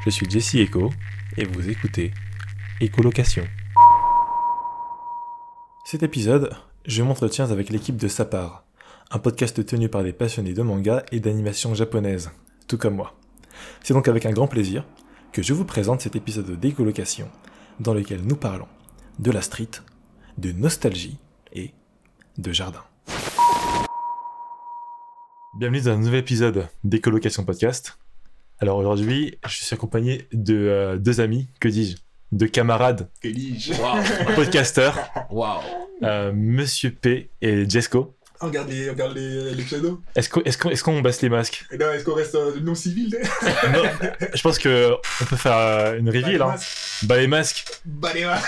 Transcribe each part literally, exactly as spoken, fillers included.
Je suis Jesse Echo et vous écoutez Écolocation. Cet épisode, je m'entretiens avec l'équipe de Sapar, un podcast tenu par des passionnés de manga et d'animation japonaise, tout comme moi. C'est donc avec un grand plaisir que je vous présente cet épisode d'Écolocation, dans lequel nous parlons de la street, de nostalgie et de jardin. Bienvenue dans un nouvel épisode d'Écolocation Podcast. Alors aujourd'hui, je suis accompagné de euh, deux amis, que dis-je, de camarades, que dis-je, wow. podcasteurs, wow. euh, Monsieur P et Jesco. On regarde les, on regarde les, les pseudos. Est-ce qu'on, est-ce qu'on, est-ce qu'on baisse les masques? Et là, est-ce qu'on reste euh, non civil? Non, je pense qu'on peut faire euh, une reveal. Bah, hein. Bah les masques. Bah les masques.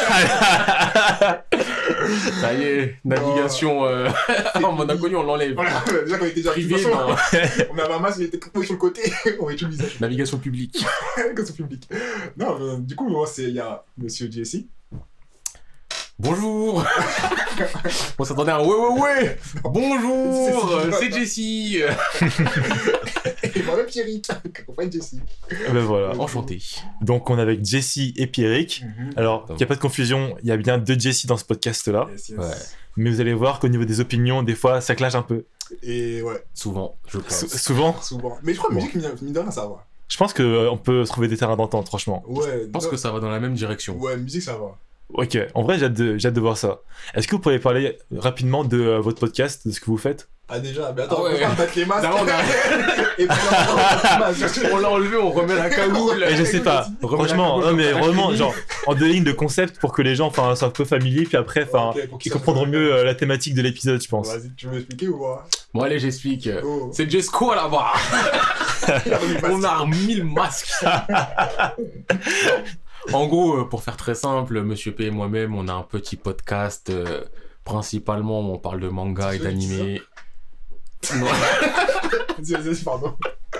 Ça y est, navigation euh... en mode inconnu, on l'enlève. Voilà, déjà quand il était déjà privé, façon, on avait un masque, il était posé sur le côté, on met tout le visage. Navigation publique. Navigation publique. Non, euh, du coup, moi, c'est il y a Monsieur Jesse. Bonjour. On s'attendait à un ouais ouais ouais. Bonjour, c'est, c'est Jesse. Et moi-même Pierrick, qui accompagne Jesse. Ben voilà. Enchanté. Donc on est avec Jesse et Pierrick. Mm-hmm. Alors, il n'y a pas de confusion, il y a bien deux Jesse dans ce podcast-là. Yes, yes. Ouais. Mais vous allez voir qu'au niveau des opinions, des fois, ça clash un peu. Et ouais. Souvent, je pense. S- souvent Souvent. Mais je crois que bon. Musique, mine de rien, ça va. Je pense qu'on euh, peut trouver des terrains d'entente, franchement. Ouais. Je pense non. que ça va dans la même direction. Ouais, musique, ça va. Ok, en vrai, j'ai hâte de, j'ai hâte de voir ça. Est-ce que vous pourriez parler rapidement de euh, votre podcast, de ce que vous faites? Ah déjà, mais attends, ah ouais, on va mettre les masques. Non, on, a... Et puis, on l'a enlevé, on remet la cagoule. Et je sais pas, franchement, non mais vraiment, genre, en deux lignes de concept pour que les gens soient un peu familiers, puis après, enfin, okay, ils comprendront mieux euh, la thématique de l'épisode, je pense. Vas-y, tu veux expliquer ou pas? Bon, allez, j'explique. Oh. C'est Jesco là-bas. On a remis le masque. En gros, pour faire très simple, Monsieur P et moi-même, on a un petit podcast, euh, principalement où on parle de manga et d'animé. Vas-y, vas-y, pardon.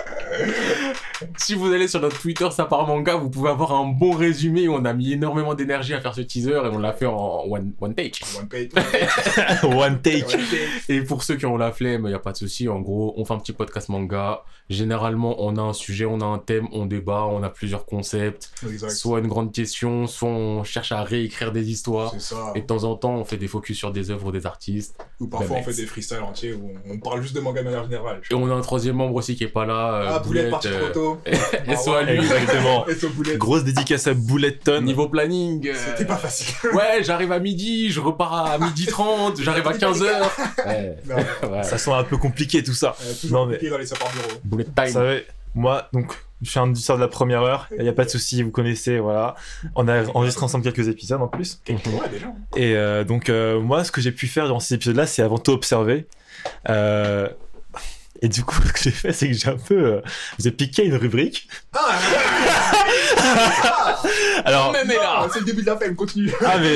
Si vous allez sur notre Twitter Sapar Manga, vous pouvez avoir un bon résumé. On a mis énormément d'énergie à faire ce teaser et on l'a fait en one, one take. One take. One take. Et pour ceux qui ont la flemme, il n'y a pas de souci. En gros, on fait un petit podcast manga. Généralement, on a un sujet, on a un thème, on débat, on a plusieurs concepts. Exact. Soit une grande question, soit on cherche à réécrire des histoires. C'est ça. Et de temps en temps, on fait des focus sur des œuvres des artistes. Ou parfois, on fait des freestyles entiers où on parle juste de manga de manière générale. Et on a un troisième membre aussi qui est pas là. Euh, ah, Boulette, parti trop tôt. Et soit lui. Exactement. Grosse dédicace à Boulette-Ton. Niveau planning. Euh... C'était pas facile. Ouais, j'arrive à midi, je repars à midi trente, j'arrive à quinze heures. Ouais. Non, ouais. Ça sent un peu compliqué tout ça. Euh, toujours non, compliqué mais... dans les sapeurs bureaux. Boulette time. Vous savez, moi, donc, je suis un auditeur de la première heure, il n'y a pas de souci, vous connaissez, voilà. On a enregistré ensemble quelques épisodes en plus. Ouais, déjà. Et euh, donc, euh, moi, ce que j'ai pu faire dans ces épisodes-là, c'est avant tout observer. Euh... Et du coup, ce que j'ai fait, c'est que j'ai un peu... Euh, j'ai piqué une rubrique. Ah, alors, mais, mais là, c'est le début de la fin, continue. Ah, mais...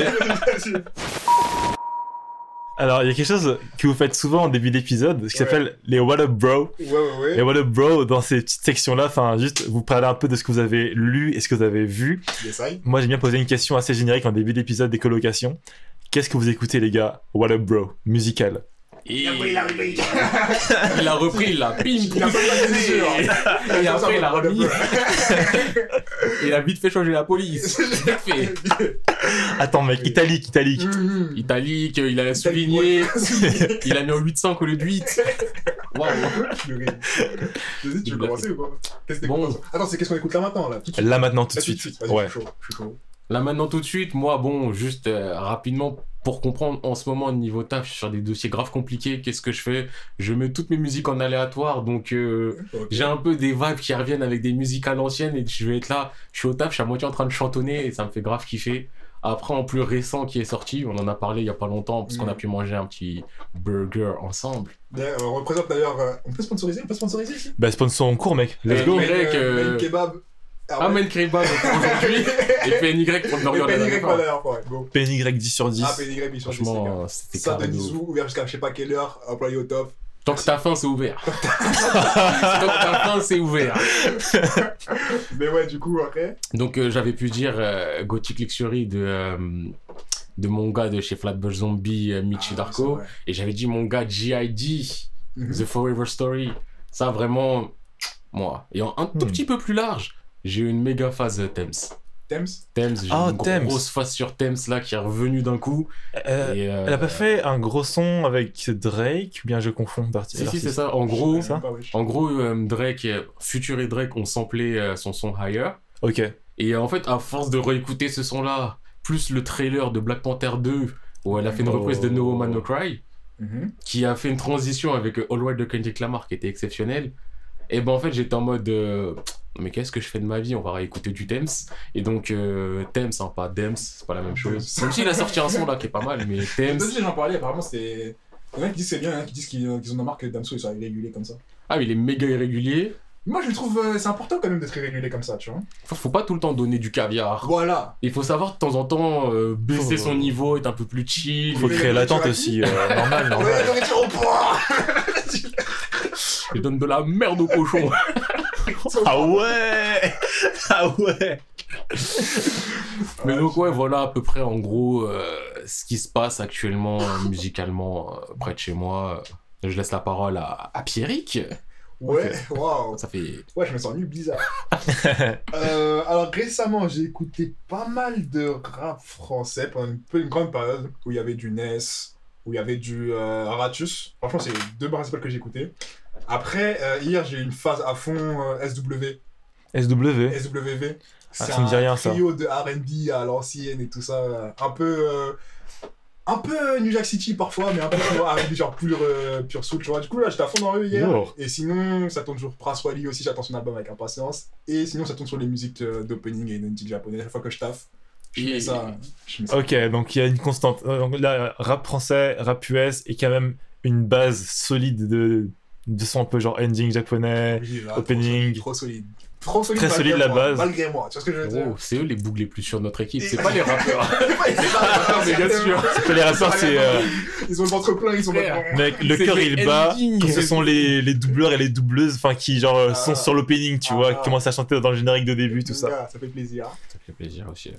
Alors, il y a quelque chose que vous faites souvent en début d'épisode, ce qui ouais. s'appelle les What Up Bro. Ouais, ouais, ouais. Les What Up Bro, dans ces petites sections-là, enfin, juste, vous parlez un peu de ce que vous avez lu et ce que vous avez vu. Yes, Moi, j'ai bien posé une question assez générique en début d'épisode des colocations. Qu'est-ce que vous écoutez, les gars? What Up Bro, musical. Et... Il a repris, il a repris, il a pim, il a et après il a remis. Il a vite fait changer la police. Vite fait. Attends mec, italique, italique. Mmh. Italique, il a souligné. Il a mis en huit cents au lieu de huit. Waouh. Vas-y, tu veux commencer ou quoi? Qu'est-ce que bon. Attends, c'est qu'est-ce qu'on écoute là maintenant là? Tout de suite. Là maintenant, tout de suite. suite. Ouais. Je suis chaud, je suis chaud. Là maintenant tout de suite, moi bon, juste euh, rapidement pour comprendre en ce moment niveau taf, je suis sur des dossiers grave compliqués, qu'est-ce que je fais? Je mets toutes mes musiques en aléatoire, donc euh, okay. J'ai un peu des vibes qui reviennent avec des musiques à l'ancienne et je vais être là, je suis au taf, je suis à moitié en train de chantonner et ça me fait grave kiffer. Après en plus récent qui est sorti, on en a parlé il y a pas longtemps parce mmh. qu'on a pu manger un petit burger ensemble. On représente d'ailleurs, euh, on peut sponsoriser, on peut sponsoriser ici? Bah sponsor en cours mec, let's euh, go. Grec, euh... kebab. Ah, Men Kebab aujourd'hui et P N Y pour le burger de la dernière fois. P N Y dix sur dix. Ah, P N Y dix sur dix. Franchement, c'était ça de dix sous, ouvert jusqu'à je sais pas quelle heure, employé au top. Tant que t'as faim, c'est ouvert. Tant que t'as faim, c'est ouvert. Mais ouais, du coup, après. Donc, euh, j'avais pu dire euh, Gothic Luxury de, euh, de mon gars de chez Flatbush Zombie, euh, Michi ah, Darko. Et j'avais dit mon gars G I D, mm-hmm. The Forever Story. Ça, vraiment, moi. Et en un tout mm. petit peu plus large, j'ai eu une méga phase Thames. Thames Thames, j'ai Ah, une Thames. grosse phase sur Thames là qui est revenue d'un coup. Euh, Et, euh, Elle a pas fait un gros son avec Drake, ou bien je confonds d'artiste. Si, si, c'est ça. En gros, ça Pas, wesh. en gros euh, Drake, euh, Future et Drake ont samplé euh, son son Higher. Ok. Et en fait, à force de réécouter ce son-là, plus le trailer de Black Panther deux, où elle a fait une Oh. reprise de No Woman No Cry, Mhm. qui a fait une transition avec euh, All Right de Kendrick Lamar, qui était exceptionnelle. Et ben en fait, j'étais en mode, euh, mais qu'est-ce que je fais de ma vie? On va réécouter du Thames. Et donc, euh, Thames, hein, pas Dems, c'est pas la même chose. Même s'il a sorti un son là qui est pas mal, mais Thames. Vas-y, j'en parlais, apparemment c'est. Il y en a qui disent que c'est bien, il y en a qui disent qu'ils qu'ils en ont marre que Damso soit irrégulier comme ça. Ah, mais il est méga irrégulier. Moi je trouve euh, c'est important quand même d'être irrégulier comme ça, tu vois. Faut, faut pas tout le temps donner du caviar. Voilà. Il faut savoir de temps en temps euh, baisser Faut- son niveau, être un peu plus chill. Faut Mais créer la l'attente nourriture aussi, euh, normal, Ouais, normal. la nourriture au point. Je donne de la merde aux cochons. Ah ouais. Ah ouais. Mais donc ouais, voilà à peu près en gros euh, ce qui se passe actuellement euh, musicalement euh, près de chez moi. Je laisse la parole à, à Pierrick. Ouais, waouh. Ça fait... Ouais, je me sens nu bizarre. euh, alors récemment, j'ai écouté pas mal de rap français pendant une, peu une grande période où il y avait du Ness, où il y avait du euh, Ratus. Franchement, c'est les deux principales que j'ai écoutées. Après, euh, hier, j'ai eu une phase à fond euh, S W. S W. S W V. Ah, C'est ça me dit rien, un ça. trio de R and B à l'ancienne et tout ça. euh, Un peu... euh, un peu New Jack City parfois, mais un peu R and B genre pur, euh, pur soul, tu vois. Du coup, là, j'étais à fond dans eux hier. Lourd. Et sinon, ça tourne toujours Prince Wally aussi, j'attends son album avec impatience. Et sinon, ça tourne sur les musiques euh, d'opening et d'ending japonais. Chaque fois que je taffe, je mets Et- ça. Je mets ça. Ok, donc il y a une constante. Euh, donc là, rap français, rap U S, et quand même une base solide de, de son un peu genre ending japonais. Oui, là, opening. Trop solide. Trop solide, Très malgré solide, la moi, base. Malgré moi, tu vois ce que je veux dire? Oh, c'est eux les bougs les plus sûrs de notre équipe, Et- c'est pas les rappeurs. Ouais, c'est ça, Mais bien sûr. Parce que les rappeurs, c'est. euh, Ils ont le ventre plein, ils sont Frère. bon. Mec, le C'est cœur les il bat endings. quand ce sont les, les doubleurs et les doubleuses, enfin qui genre euh, sont Ah. sur l'opening, tu Ah. vois, qui commencent à chanter dans le générique de début, tout ça. Ça fait plaisir. Ça fait plaisir aussi.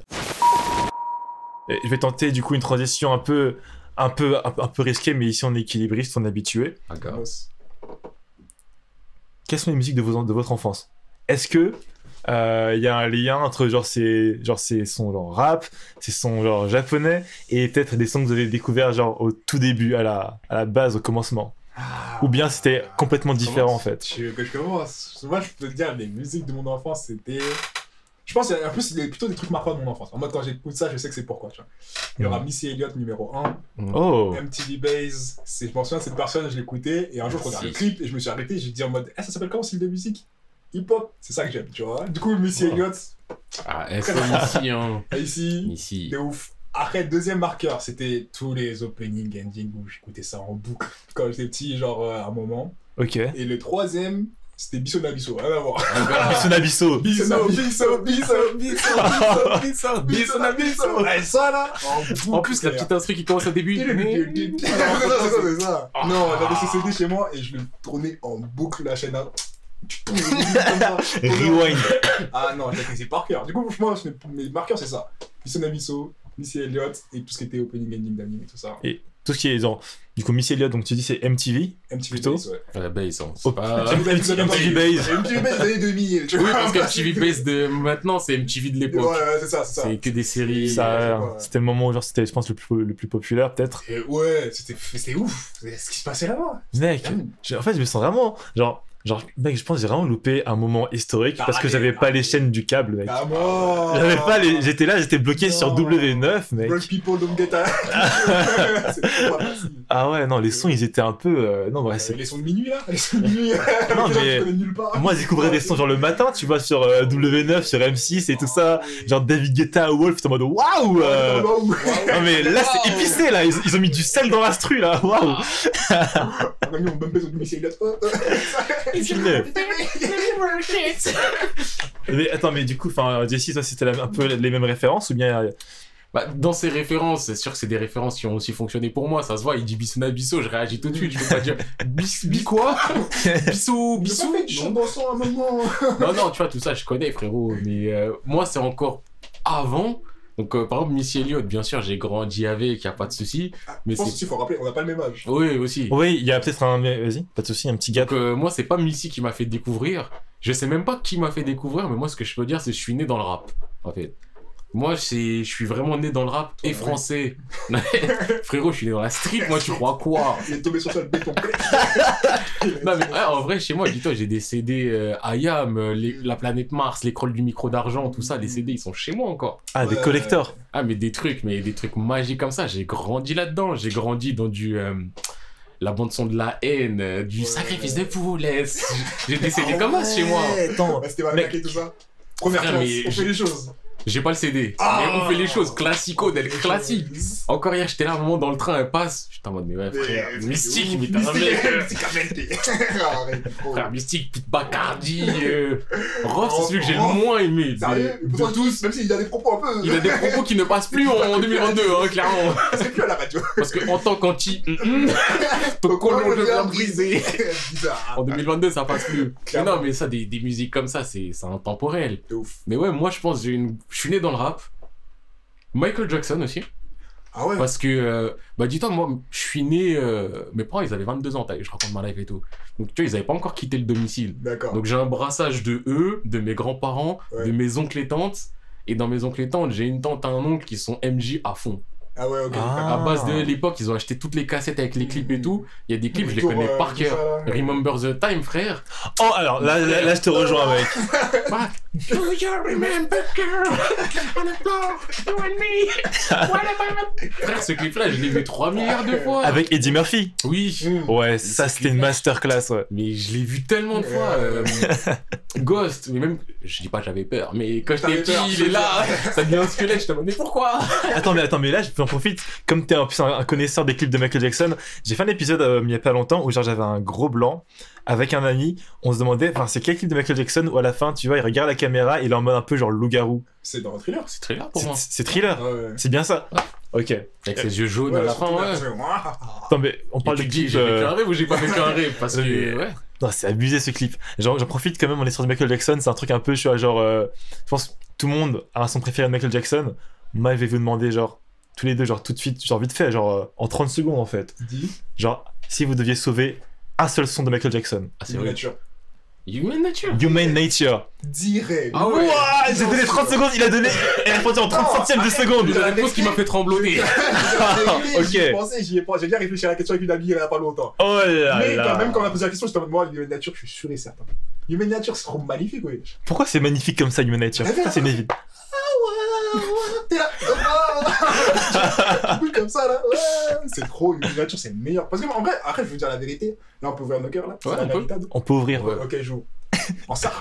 Et je vais tenter du coup une transition un peu, un peu, un, peu- un peu risquée, mais ici on est équilibriste, on est habitué. Ah, gars. Boss. Quelles sont les musiques de, vos, de votre enfance? Est-ce que euh, il y a un lien entre genre ces, genre ces sons genre rap, ces sons genre japonais, et peut-être des sons que vous avez découverts genre au tout début, à la, à la base, au commencement? Ah. Ou bien c'était complètement différent en fait? Tu veux que je commence? Moi, je peux te dire, les musiques de mon enfance, c'était. Je pense, en plus, il y a plutôt des trucs marquants de mon enfance. En mode, quand j'écoute ça, je sais que c'est pourquoi, tu vois. Il y aura Mm. Missy Elliott numéro un, Oh! M T V Base. C'est- Je m'en souviens, cette personne, je l'écoutais, et un jour, je regarde le clip, et je me suis arrêté, j'ai dit en mode, eh, ça s'appelle comment ce style de musique? Hip-hop, c'est ça que j'aime, tu vois. Du coup, Missy Oh. Elliott, Ah, c'est ici, hein. ici, Ici. de ouf. Après, deuxième marqueur, c'était tous les opening, ending, où j'écoutais ça en boucle quand j'étais petit, genre euh, à un moment. Ok. Et le troisième, c'était Bisso Nabisso, rien à voir. Bisso Nabisso! Bisso, Bisso, Bisso, Bisso, Bisso, Bisso, Nabisso. Ouais, ça là. En plus, la petite instru qui commence au début. C'est ça, c'est ça. Non, j'avais ce C D chez moi et je le tournais en boucle la chaîne. hein. Tu tournes les musiques comme ça. Rewind! Ah non, je la connaissais par cœur. Du coup, franchement, je mets- mes marqueurs, c'est ça. Bisso Nabisso, Missy Elliott et tout ce qui était opening, ending d'anime et tout ça. Et tout ce qui est genre, du coup, Missy Elliott, donc tu dis c'est M T V? M T V Plutôt. Base, ouais. La bass, hein. Oh, C'est pas... M T V Base. M T V Base des années deux mille, tu Oui, vois. parce que M T V Base de maintenant, c'est M T V de Ouais, l'époque. ouais, c'est ça, c'est ça. C'est que des séries. Ça, ouais, ouais. c'était le moment où genre c'était, je pense, le plus, le plus populaire peut-être. Et ouais, c'était c'était ouf. C'est ce qui se passait là-bas. Mec, J'avoue. je- en fait, je me sens vraiment genre. Genre, mec, je pense que j'ai vraiment loupé un moment historique Ah, parce que allez, j'avais pas allez. les chaînes du câble, mec. Ah, moi. J'avais pas les. J'étais là, j'étais bloqué sur Non. W neuf, mec. Broke people don't get a... C'est pas facile. Ah ouais, non, les sons, ils étaient un peu. euh, Non, ouais, c'est. Les sons de minuit là. Les sons de minuit. Non, Les gens mais- qui connaissent nulle part. Moi, j'ai découvert des sons genre le matin, tu vois, sur euh, W neuf, sur M six et tout ça. Genre David Guetta, Wolf, t'es en mode waouh! euh, Waouh. Non, mais là, c'est épicé, là. Ils, ils ont mis du sel dans l'instru, là. Waouh! On a mis mon bumpé sur Missy Elliott. Oh, oh. Stylé. Mais attends, mais du coup, enfin, Jessie, toi, c'était la- un peu les mêmes références ou bien. euh, Bah, dans ces références, c'est sûr que c'est des références qui ont aussi fonctionné pour moi. Ça se voit, il dit Bissou Nabisso, je réagis tout de suite. Je peux pas dire bis, bis quoi? Bissou, Ils ont Bissou? pas fait du chant dansant à un moment. Non, non, tu vois, tout ça, je connais, frérot. Mais euh, moi, c'est encore avant. Donc, euh, par exemple, Missy Elliott, bien sûr, j'ai grandi avec, y a pas de souci. Mais Je pense c'est. qu'il faut rappeler, on n'a pas le même âge. Oui, aussi. Oui, il y a peut-être un. mais Vas-y, pas de soucis, un petit gap. Donc, euh, moi, c'est pas Missy qui m'a fait découvrir. je sais même pas qui m'a fait découvrir, mais moi, ce que je peux dire, c'est que je suis né dans le rap, en fait. Moi, c'est... je suis vraiment né dans le rap et français. Frérot, je suis né dans la street, moi, tu crois quoi? Il est tombé sur ça, le béton. Non, mais ouais, en vrai, chez moi, dis-toi, j'ai des C D euh, I A M, euh, les- la planète Mars, l'école du micro d'argent, tout ça, les C D, ils sont chez moi encore. Ah, des Ouais. collectors. Ah, mais des trucs, mais des trucs magiques comme ça. J'ai grandi là-dedans. J'ai grandi dans du. euh, la bande-son de la haine, euh, du Ouais. sacrifice de poulet. J'ai des C D comme ça chez moi. Attends, Ouais, c'était mal Mec. maqué, tout ça. Première Frère, classe, mais on je- fait les choses. J'ai pas le C D. Ah. Mais on fait les choses classico d'elle classique. Encore hier, j'étais là, à un moment dans le train, elle passe. J'étais en mode, mais ouais, frère, Mais- mystique, mais Mystique, t'as un mec. Mystique, arrête, trop. Frère, mystique, Pete Bacardi. Euh... Rof, c'est Oh, celui que j'ai le Rof. moins aimé. Sérieux de- Et pourtant, de tous. Même s'il a des propos un peu. Il a des propos qui ne passent plus en deux mille vingt-deux, hein, clairement. C'est plus à la radio. Parce que en tant qu'anti, ton colon devient brisé. Bizarre. En deux mille vingt-deux, ça passe plus. Mais Clairement. non, mais ça, des, des musiques comme ça, c'est c'est intemporel. De ouf. Mais ouais, moi, je pense, j'ai une... je suis né dans le rap. Michael Jackson aussi. Ah ouais. Parce que, euh, bah, dis-toi, moi, je suis né. euh, Mes parents, ils avaient vingt-deux ans, t'as- je raconte ma life et tout. Donc, tu vois, ils avaient pas encore quitté le domicile. D'accord. Donc, j'ai un brassage de eux, de mes grands-parents, Ouais. de mes oncles et tantes. Et dans mes oncles et tantes, j'ai une tante et un oncle qui sont M J à fond. Ah ouais, ok. Ah. À base de l'époque, ils ont acheté toutes les cassettes avec les clips et tout. Il y a des clips, je les Tour, connais euh, par tout cœur. ça, là. Remember the Time, frère. Oh, alors là, là, là, je te rejoins, mec. What? Do you remember, girl? On the floor, you and me. What about... Frère, ce clip-là, je l'ai vu trois milliards de fois. Avec Eddie Murphy. Oui. Mmh. Ouais, ça, ce c'était une clip-là, masterclass, ouais. Mais je l'ai vu tellement de fois. euh, Ghost, mais même, je dis pas que j'avais peur, mais quand j'étais T'avais petit, peur, il je est te là, ça devient un squelette, je te demande, mais pourquoi? Attends, mais attends, mais là, j'en profite. Comme t'es en plus un, un connaisseur des clips de Michael Jackson, j'ai fait un épisode euh, il y a pas longtemps où genre j'avais un gros blanc avec un ami. On se demandait, enfin, c'est quel clip de Michael Jackson où à la fin, tu vois, il regarde la caméra, il est en mode un peu genre loup-garou. C'est dans un thriller. C'est très là pour C'est moi. c'est thriller. Ah ouais. C'est bien ça. Ok. Avec ses yeux jaunes à la fin, surtout ouais. là, c'est- Ouah. Attends, mais on parle Et de tu te dis, clip. j'ai fait euh, qu'un rêve ou j'ai pas fait qu'un rêve? Parce que, Mais- ouais. Non, c'est abusé ce clip. Genre, j'en profite quand même, on est sur du Michael Jackson, c'est un truc un peu, je suis à genre. euh, je pense que tout le monde a son préféré de Michael Jackson. Moi, je vais vous demander, genre, tous les deux, genre, tout de suite, genre, vite fait, genre, euh, en trente secondes en fait. Dis. Genre, si vous deviez sauver un seul son de Michael Jackson, Ah, c'est Human vrai. Nature. Human Nature. Human Nature. Direct. Ah ouais. Ouah, j'ai donné trente secondes, il a donné. Elle a répondu en trente centièmes de seconde. La réponse qui m'a fait trembloter. Ok. J'y ai pensé, j'y ai pensé. J'ai bien réfléchi à la question avec une amie il y a pas longtemps. Oh là Mais là. quand même, quand on a posé la question, j'étais en mode, moi, Human Nature, je suis sûr et certain. Human Nature, c'est trop magnifique, oui. Pourquoi c'est magnifique comme ça, Human Nature? Pourquoi c'est magnifique? T'es là. Tu bouges comme ça, là. Ouais. C'est trop. Human Nature, c'est le meilleur. Parce que, en vrai, après, je veux dire la vérité. Là, on peut ouvrir nos cœurs, là. C'est Ouais, la on peut. véritable. On peut ouvrir. Ouais. Ok, joue. En ça.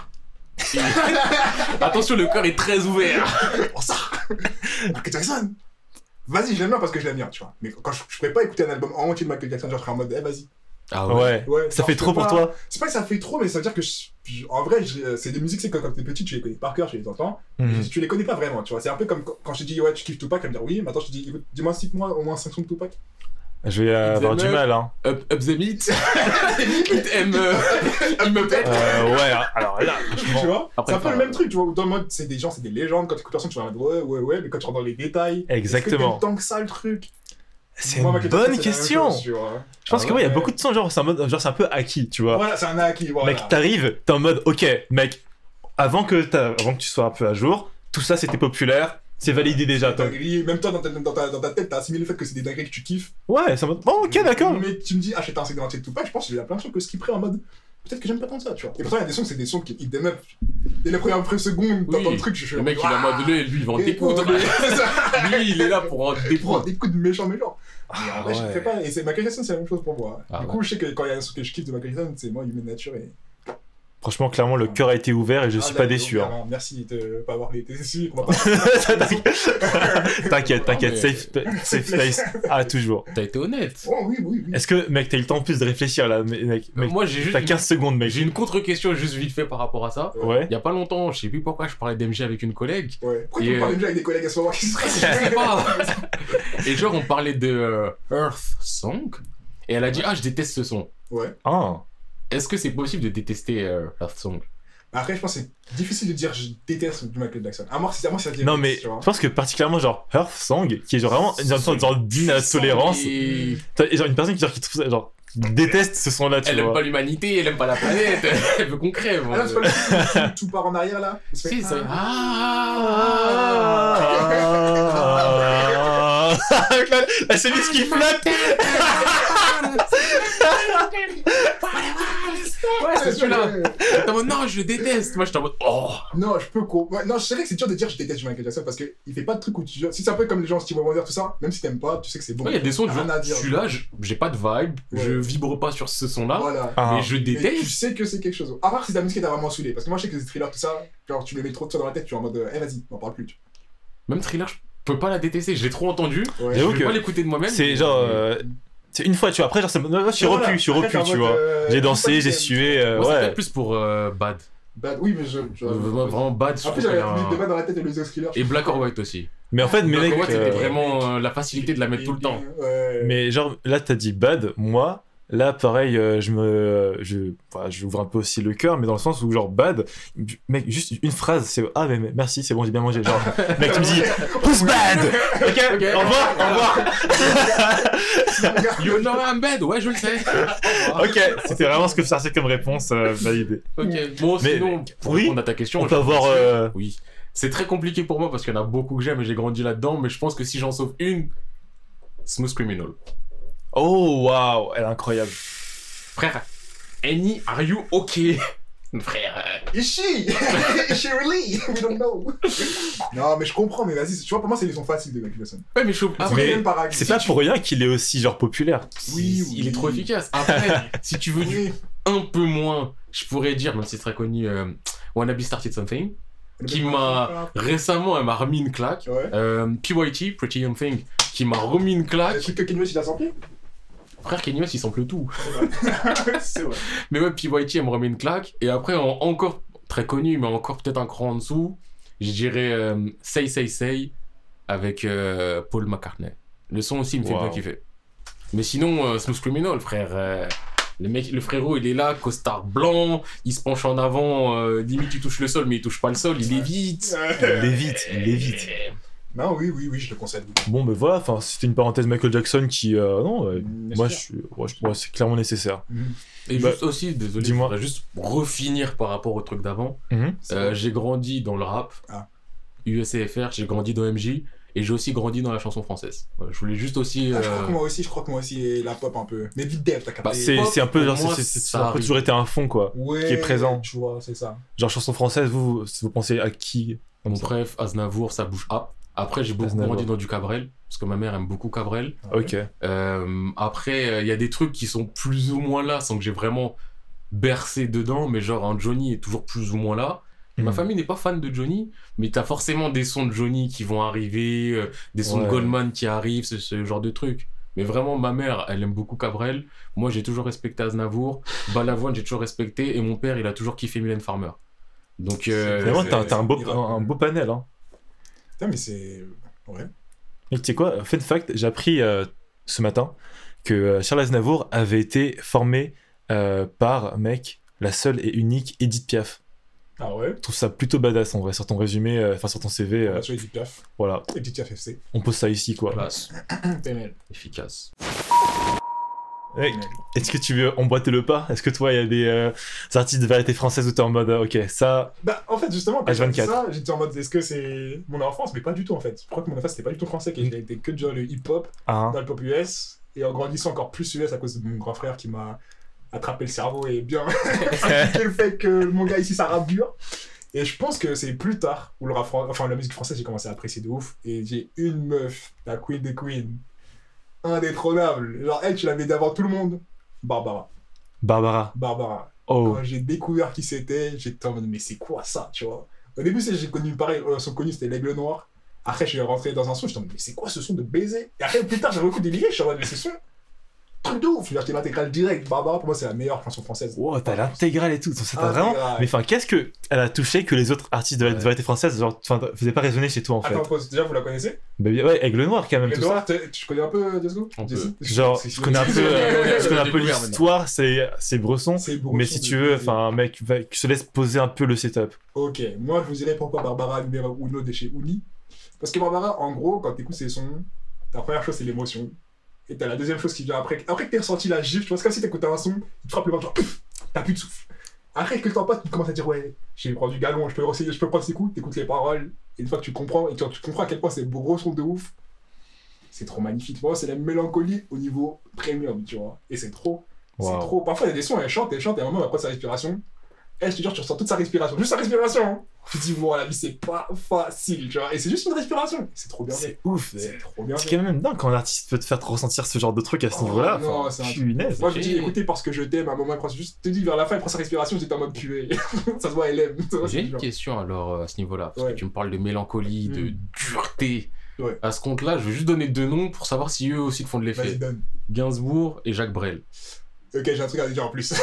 Attention, le cœur est très ouvert. En ça. Michael Jackson. Vas-y, je l'aime bien parce que je l'aime bien, tu vois. Mais quand je, je pourrais pas écouter un album en entier de Michael Jackson, genre, je serais en mode, eh, vas-y. Ah Ouais. Ouais, Ça genre, fait je trop peux pour pas- toi. C'est pas que ça fait trop, mais ça veut dire que, je- je- en vrai, je- c'est des musiques, c'est quand, quand t'es petit, tu les connais par cœur, tu les entends. Mhm. Tu les connais pas vraiment, tu vois. C'est un peu comme quand, quand je te dis, ouais, tu kiffes Tupac, elle me dit oui. Maintenant, je te dis, écoute, dis-moi, cite-moi au moins cinq sons de Tupac. Je vais euh, avoir It's du a mal, hein. Up, up the meat. It aime. euh, Il me pète. Euh, ouais, alors là, Tu franchement. vois. Après, C'est un peu enfin, le même truc, tu vois. Où dans le mode, c'est des gens, c'est des légendes. Quand tu écoutes leur son, tu vas en mode, ouais, ouais, ouais. Mais quand tu rentres dans les détails. Exactement. Est-ce que t'aimes tant que ça, le truc. C'est Moi, une Michael Jackson, bonne c'est la même question. chose, tu vois. Je pense Ah que ouais, il y a ouais. beaucoup de sons, genre, c'est en mode, genre, c'est un peu acquis, tu vois. Voilà, c'est un acquis, voilà. Mec, t'arrives, t'es en mode, ok, mec, avant que, t'as- avant que tu sois un peu à jour, tout ça c'était populaire, c'est validé déjà. toi. Dinguerie. Même toi, dans ta, dans, ta, dans ta tête, t'as assimilé le fait que c'est des dingueries que tu kiffes. Ouais, c'est en mode, bon, ok, d'accord. Mais tu me dis, achète un C D entier de Tupac, je pense qu'il y a plein de choses que ce qui prend en mode. Peut-être que j'aime pas tant ça, tu vois. Et pourtant, il y a des sons, c'est des sons qui hit them up. Dès les premières secondes, Oui. t'entends le truc, je suis Le mec, il a modelé, lui, il vend des coups. C'est ça. Lui, il est là pour en Des déprendre. coups, des coups de méchants, méchants. Mais en vrai, je ouais. fais pas. Et c'est Michael Jackson, c'est la même chose pour moi. Ah du ouais. coup, je sais que quand il y a un son que je kiffe de Michael Jackson, c'est moi, Human Nature. Et... Franchement, clairement, le cœur a été ouvert et je Ah, suis là, pas il est déçu. ouvert, Hein. hein. Merci de pas avoir été déçu. qu'on va pas- T'inquiète, t'inquiète, mais- safe, safe space. Ah, toujours. T'as été honnête. Oh oui, oui, oui. Est-ce que, mec, t'as eu le temps en plus de réfléchir là, mec, mec, Euh, Moi, j'ai juste. t'as une- quinze secondes, mec. J'ai une contre-question juste vite fait par rapport à ça. Ouais. Il y a pas longtemps, je sais plus pourquoi je parlais d'M J avec une collègue. Ouais. Pourquoi Et, tu me parles euh, déjà avec des collègues à ce moment qui se Je sais pas. Et genre, on parlait de euh, Earth Song. Et elle a dit, ah, je déteste ce son. Ouais. Ah. Est-ce que c'est possible de détester euh, Earth Song? Après, je pense que c'est difficile de dire je déteste du Michael Jackson. À moi, c'est à moi, c'est Non, mais tu vois. je pense que particulièrement, genre, Earth Song, qui est genre vraiment une sorte genre d'hymne à la tolérance. Et... T'as genre une personne qui, genre, qui trouve ça, genre, déteste ce son-là, tu Elle vois. aime pas l'humanité, elle aime pas la planète, elle veut qu'on crève. Ah non, c'est pas le tout, tout part en arrière là. Ça fait, Si, ça. Ah, Avec la, la chemise qui flotte. Ouais, c'est celui-là. T'es en mode, non, je le déteste. Moi, je suis en mode, oh. Non, je peux comprendre. Non, je sais que c'est dur de dire je déteste Michael Jackson parce qu'il fait pas de trucs où tu. Si c'est un peu comme les gens Stevie Wonder, tout ça, même si t'aimes pas, tu sais que c'est bon. Il y a des sons, Rien je à dire. celui-là, je- j'ai pas de vibe, Ouais. je vibre pas sur ce son-là, Voilà. Ah. mais je Mais tu déteste. sais que c'est quelque chose. À part si ta musique qui t'a vraiment saoulé. Parce que moi, je sais que les thrillers, tout ça, genre tu les mets trop de ça dans la tête, tu es en mode, eh vas-y, on en parle plus. tu Même Thriller, je peux pas la détester, je l'ai trop entendu. vois. Ouais. J'avoue Je vais que pas l'écouter de moi-même. C'est genre. euh, C'est une fois, tu vois. Après, genre, c'est- non, je suis Voilà. repu, je suis Après, repu, t'es en tu mode, vois. euh, J'ai une fois dansé, que j'ai t'aimes. sué, euh, Moi, c'est ouais. peut-être plus pour euh, Bad. Bad, oui, mais je. je- Vraiment, vraiment Bad, je Après, trouve j'avais qu'elle la a musique de un- Bad dans la tête et le The Thriller. Et Black or White aussi. Mais en fait, mes Black mecs. or White, c'était euh, vraiment euh, la facilité de la mettre tout le temps. Ouais. Mais genre, là, t'as dit bad. Moi, là, pareil, euh, je me. Je, enfin, j'ouvre un peu aussi le cœur, mais dans le sens où, genre, bad, mec, juste une phrase, c'est ah, mais mais merci, c'est bon, j'ai bien mangé. Genre, mec, tu me dis, who's bad? Ok, Ok. au revoir, au revoir. You know I'm bad, ouais, je le sais. Ok, c'était vraiment ce que je cherchais comme réponse, euh, validé. Ok, bon, Mais- sinon, pour oui, répondre à ta question, On je peut avoir. pense que- euh, Oui. C'est très compliqué pour moi parce qu'il y en a beaucoup que j'aime et j'ai grandi là-dedans, mais je pense que si j'en sauve une, Smooth Criminal. Oh, waouh, elle est incroyable. Frère, Annie, are you okay? Frère. euh, Is she? Is she really? We don't know. Non, mais je comprends, mais vas-y, tu vois, pour moi, c'est les sons faciles de Michael Jackson. Ouais, mais je suis Après, Mais même par C'est pas pour rien qu'il est aussi, genre, populaire. Oui, il oui. est trop efficace. Après, si tu veux du Oui. un peu moins, je pourrais dire, même si c'est très connu, euh, Wanna Be Started Something, qui m'a récemment, elle m'a remis une claque. Ouais. Euh, P Y T, Pretty Young Thing, qui m'a remis une Le claque. truc que Kanye West il a samplé. Frère, Kanye West, il sample tout. C'est vrai. Mais ouais, P Y T, elle me remet une claque. Et après, en- encore très connu, mais encore peut-être un cran en dessous, je dirais euh, Say Say Say avec euh, Paul McCartney. Le son aussi, il me fait Wow. bien kiffer. Mais sinon, euh, Smooth Criminal, frère. euh, le, mec, le frérot, il est là, costard blanc, il se penche en avant, euh, limite, il touche le sol, mais il touche pas le sol, il évite. Il évite, il évite. Non, oui, oui, oui, je le concède. oui. Bon, ben voilà, enfin, c'était une parenthèse Michael Jackson qui. euh, non, euh, Bien moi, je sûr. suis. Ouais, je- ouais, c'est clairement nécessaire. Mhm. Et Bah, juste aussi, désolé, je dis-moi. voudrais juste refinir par rapport au truc d'avant. Mhm. C'est Euh, vrai. j'ai grandi dans le rap, Ah. U S C F R, j'ai grandi dans M J, et j'ai aussi grandi dans la chanson française. Voilà, je voulais juste aussi... Ah, je crois euh, que moi aussi, je crois que moi aussi, et la pop un peu. Mais vite dev, t'as Bah, capté. C'est pop, c'est un peu. pour Genre, moi, c'est- c'est- ça ça a arrive. toujours été un fond, quoi. Ouais, qui est présent. Tu vois, c'est ça. Genre, chanson française, vous, vous, vous pensez à qui comme Bon, ça bref, Aznavour, ça bouge up. Après, j'ai beaucoup Aznavour. grandi dans du Cabrel, parce que ma mère aime beaucoup Cabrel. Ok. Euh, après, il y a des trucs qui sont plus ou moins là, sans que j'ai vraiment bercé dedans, mais genre un Johnny est toujours plus ou moins là. Ma Mhm. famille n'est pas fan de Johnny, mais t'as forcément des sons de Johnny qui vont arriver, euh, des sons Ouais. de Goldman qui arrivent, ce, ce genre de trucs. Mais vraiment, ma mère, elle aime beaucoup Cabrel. Moi, j'ai toujours respecté Aznavour. Balavoine, j'ai toujours respecté. Et mon père, il a toujours kiffé Mylène Farmer. Donc, euh, Vraiment, c'est- t'as t'as un, beau, c'est- un, un beau panel, hein. Putain, mais c'est. Ouais. Et tu sais quoi, fun fact, j'ai appris euh, ce matin que euh, Charles Aznavour avait été formé euh, par, mec, la seule et unique Edith Piaf. Ah ouais. Je trouve ça plutôt badass en vrai, sur ton résumé, euh, enfin sur ton C V. On euh, va sur Edith Piaf. voilà, Edith Piaf F C. on pose ça ici, quoi. classe, T N L. efficace. Mec, est-ce que tu veux emboîter le pas? Est-ce que toi, il y a des euh, artistes de variété française où t'es en mode, euh, ok, ça. Bah, en fait, justement, quand H j'ai dit vingt-quatre. ça, j'étais en mode, est-ce que c'est mon enfance? Mais pas du tout, en fait. Je crois que mon enfance, c'était pas du tout français, qu'il a été que genre le hip-hop, Ah, dans le pop U S, et en grandissant encore plus U S à cause de mon grand frère qui m'a attrapé le cerveau et bien expliqué le fait que mon gars ici, ça rappe dur. Et je pense que c'est plus tard où le rap fran- enfin, la musique française, j'ai commencé à apprécier de ouf. Et j'ai une meuf, la queen des queens, indétrônable. Genre, elle, tu l'avais d'avant tout le monde. Barbara. Barbara. Barbara. Oh, Quand j'ai découvert qui c'était, j'étais en mode, mais c'est quoi ça, tu vois? Au début, c'est- j'ai connu pareil, euh, son connu, c'était l'aigle noir. Après, je suis rentré dans un son, j'étais en mode, mais c'est quoi ce son de baiser? Et après, plus tard, j'ai recoupé des liens, je suis en mode, mais c'est son. Truc de ouf, j'ai acheté l'intégrale direct. Barbara, pour moi, c'est la meilleure chanson française. wow, t'as l'intégrale et tout. Ça t'a vraiment. Intégrale. Mais enfin, qu'est-ce que elle a touché que les autres artistes de la Ouais. variété française, genre, enfin, faisaient pas résonner chez toi en fait? Attends, pause, déjà, vous la connaissez? Bah, bien- ouais, Aigle Noir quand même, L'aigle tout ça. noir, t'es- tu connais un peu, Diasco? Un peu. Jessie? Genre, C'est- je connais un peu, Ouais, euh, ouais, je connais un j'ai peu découvert l'histoire, c'est c'est Bresson. C'est beau, Mais son si de tu veux, baiser. enfin, mec, va- je te laisse poser un peu le setup. Ok, moi je vous dirais pourquoi Barbara numéro uno de chez Uni. Parce que Barbara, en gros, quand t'écoutes ses sons, ta première chose c'est l'émotion. Et t'as la deuxième chose qui vient après. Après que t'aies ressenti la gifle, tu vois, c'est comme si t'écoutais un son, il te frappe le ventre, genre, pff, t'as plus de souffle. Après que le temps passe, tu commences à dire, ouais, j'ai pris du galon, je peux, essayer, je peux prendre ses coups, t'écoutes les paroles, et une fois que tu comprends, et tu, tu comprends à quel point c'est beau gros son de ouf, c'est trop magnifique. Pour moi, c'est la mélancolie au niveau premium, tu vois. Et c'est trop, wow. c'est trop. Parfois, il y a des sons, elle chante, elle chante, et à un moment, après sa respiration, elle, je te jure, tu ressens toute sa respiration, juste sa respiration, hein. Tu te dis, bon, la vie, c'est pas facile, tu vois. Et c'est juste une respiration. C'est trop bien. C'est ouf. C'est trop bien. C'est quand même dingue quand un artiste peut te faire ressentir ce genre de truc à ce oh, niveau-là. Non, enfin, c'est punaise. Moi, je dis, écoutez, parce que je t'aime, à un moment, il prend juste, te dis, vers la fin, il prend sa respiration, j'étais en mode Q A. Ça se voit, elle aime. J'ai une question alors à ce niveau-là, parce ouais. que tu me parles de mélancolie, mmh. de dureté. Ouais. À ce compte-là, je vais juste donner deux noms pour savoir si eux aussi te font de l'effet. Gainsbourg et Jacques Brel. Ok, j'ai un truc à dire en plus.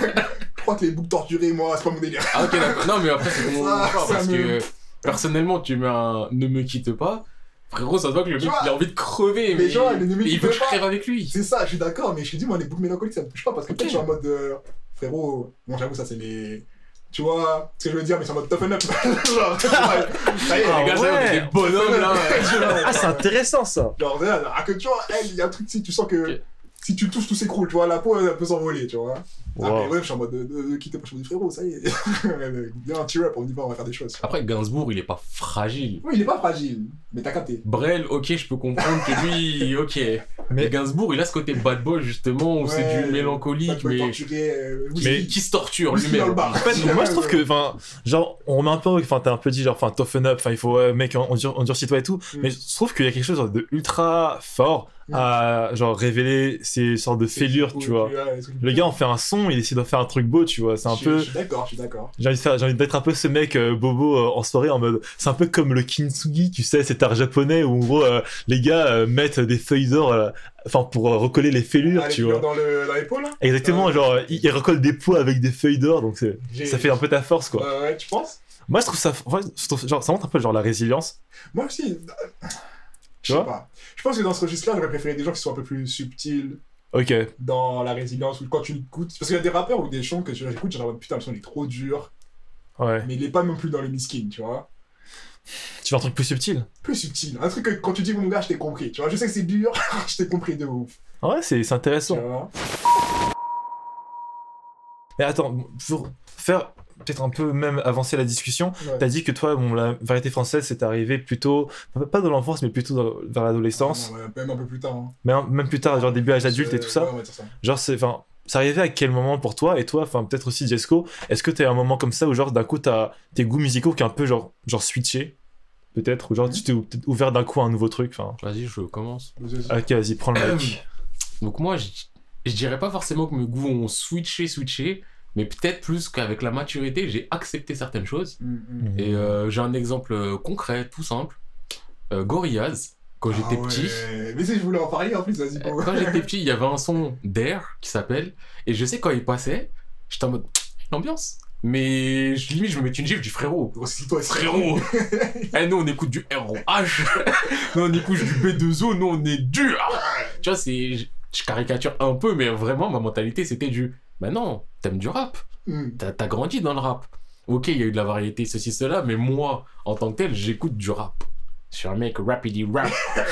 Je crois que les boucles torturées, moi, c'est pas mon délire. Ah ok, d'accord. Non, mais après, c'est mon ah, parce me... que personnellement, tu mets un Ne me quitte pas. Frérot, ça se voit que le mec, vois, il a envie de crever, mais, mais genre, il, mais il veut que je crève avec lui. C'est ça, je suis d'accord, mais je te dis, moi, les boucles mélancoliques, ça me touche pas parce que okay. peut-être je suis en mode. Euh, frérot, bon, j'avoue, ça, c'est les. Tu vois ce que je veux dire, mais c'est en mode toughen up. Genre, ça y est, ah, les gars, ouais. c'est des bonhommes là. Ah, c'est intéressant ça. Genre, ah, que tu vois, elle, il y a un truc, si tu sens que. Okay. Si tu touches, tout s'écroule, tu vois, la peau, elle peut s'envoler, tu vois. Wow. Ah, mais ouais, je suis en mode de, de, de quitter pas, je me dis frérot, ça y est. Viens, cheer up, on y va, on va faire des choses. Après, Gainsbourg, il est pas fragile. Oui, il est pas fragile, mais t'as capté. Brel, ok, je peux comprendre que lui, ok. Mais, mais Gainsbourg, il a ce côté bad boy, justement, où ouais, c'est du mélancolique, mais. Torturer, euh, mais qui se torture lui-même. En fait, moi, je trouve que, enfin, genre, on met un peu, enfin, t'as un peu dit, genre, enfin, toughen up, enfin, il faut, euh, mec, endurcis-toi et tout. Mm. Mais je trouve qu'il y a quelque chose de ultra fort à genre révéler ces sortes de fêlures, tu vois. Ouais, le gars en fait un son, il essaie de faire un truc beau, tu vois. C'est un je, peu. Je suis d'accord, je suis d'accord. J'ai envie de faire, j'ai envie d'être un peu ce mec euh, bobo euh, en soirée en mode. C'est un peu comme le kintsugi, tu sais, cet art japonais où en gros euh, les gars euh, mettent des feuilles d'or, enfin euh, pour euh, recoller les fêlures, ah, tu les vois. Dans le dans l'épaule. Là exactement, ah, genre ils, ils recollent des poids avec des feuilles d'or, donc c'est, ça fait un peu ta force, quoi. Euh, ouais, tu penses? Moi je trouve ça, ouais, je trouve, genre ça montre un peu genre la résilience. Moi aussi. Je sais pas. Je pense que dans ce registre-là, j'aurais préféré des gens qui sont un peu plus subtils. Ok. Dans la résilience, ou quand tu l'écoutes. Parce qu'il y a des rappeurs ou des chants que j'écoute, j'ai l'impression putain, le son il est trop dur. Ouais. Mais il est pas non plus dans le miskin, tu vois. Tu veux un truc plus subtil? Plus subtil. Un truc que quand tu dis mon gars, je t'ai compris. Tu vois, je sais que c'est dur, je t'ai compris de ouf. Ouais, c'est, c'est intéressant. Tu vois. Mais attends, pour faire peut-être un peu même avancer la discussion, ouais. T'as dit que toi, bon, la variété française, c'est arrivé plutôt, pas dans l'enfance, mais plutôt dans, vers l'adolescence. Ah, ouais, même un peu plus tard. Hein. Mais un, même plus tard, genre début âge adulte et tout ça. Ouais, ouais, c'est ça. Genre, c'est, enfin, c'est arrivé à quel moment pour toi? Et toi, enfin, peut-être aussi Jesco, est-ce que t'as un moment comme ça où genre d'un coup t'as tes goûts musicaux qui est un peu genre, genre switché? Peut-être, ou genre mmh. tu t'es peut-être ouvert d'un coup à un nouveau truc, enfin. Vas-y, je commence. Vas-y. Ok, vas-y, prends le mic. Donc moi, je, je dirais pas forcément que mes goûts ont switché, switché. Mais peut-être plus qu'avec la maturité, j'ai accepté certaines choses. Mmh. Et euh, j'ai un exemple concret, tout simple. Euh, Gorillaz, quand j'étais ah ouais. petit... Mais si je voulais en parler en plus, vas-y. Quand euh, j'étais petit, il y avait un son d'Air qui s'appelle... Et je sais quand il passait, j'étais en mode... L'ambiance. Mais je, limite, je me mettais une gifle, je dis frérot. C'est toi, frérot. Eh, nous, on écoute du R O H. Nous, on écoute du B deux O. Nous, on est dur. Tu vois, c'est... Je caricature un peu, mais vraiment, ma mentalité, c'était du... Bah non, t'aimes du rap. Mm. T'as, t'as grandi dans le rap. Ok, il y a eu de la variété, ceci, cela, mais moi, en tant que tel, j'écoute du rap. Je suis un mec rapidly rap.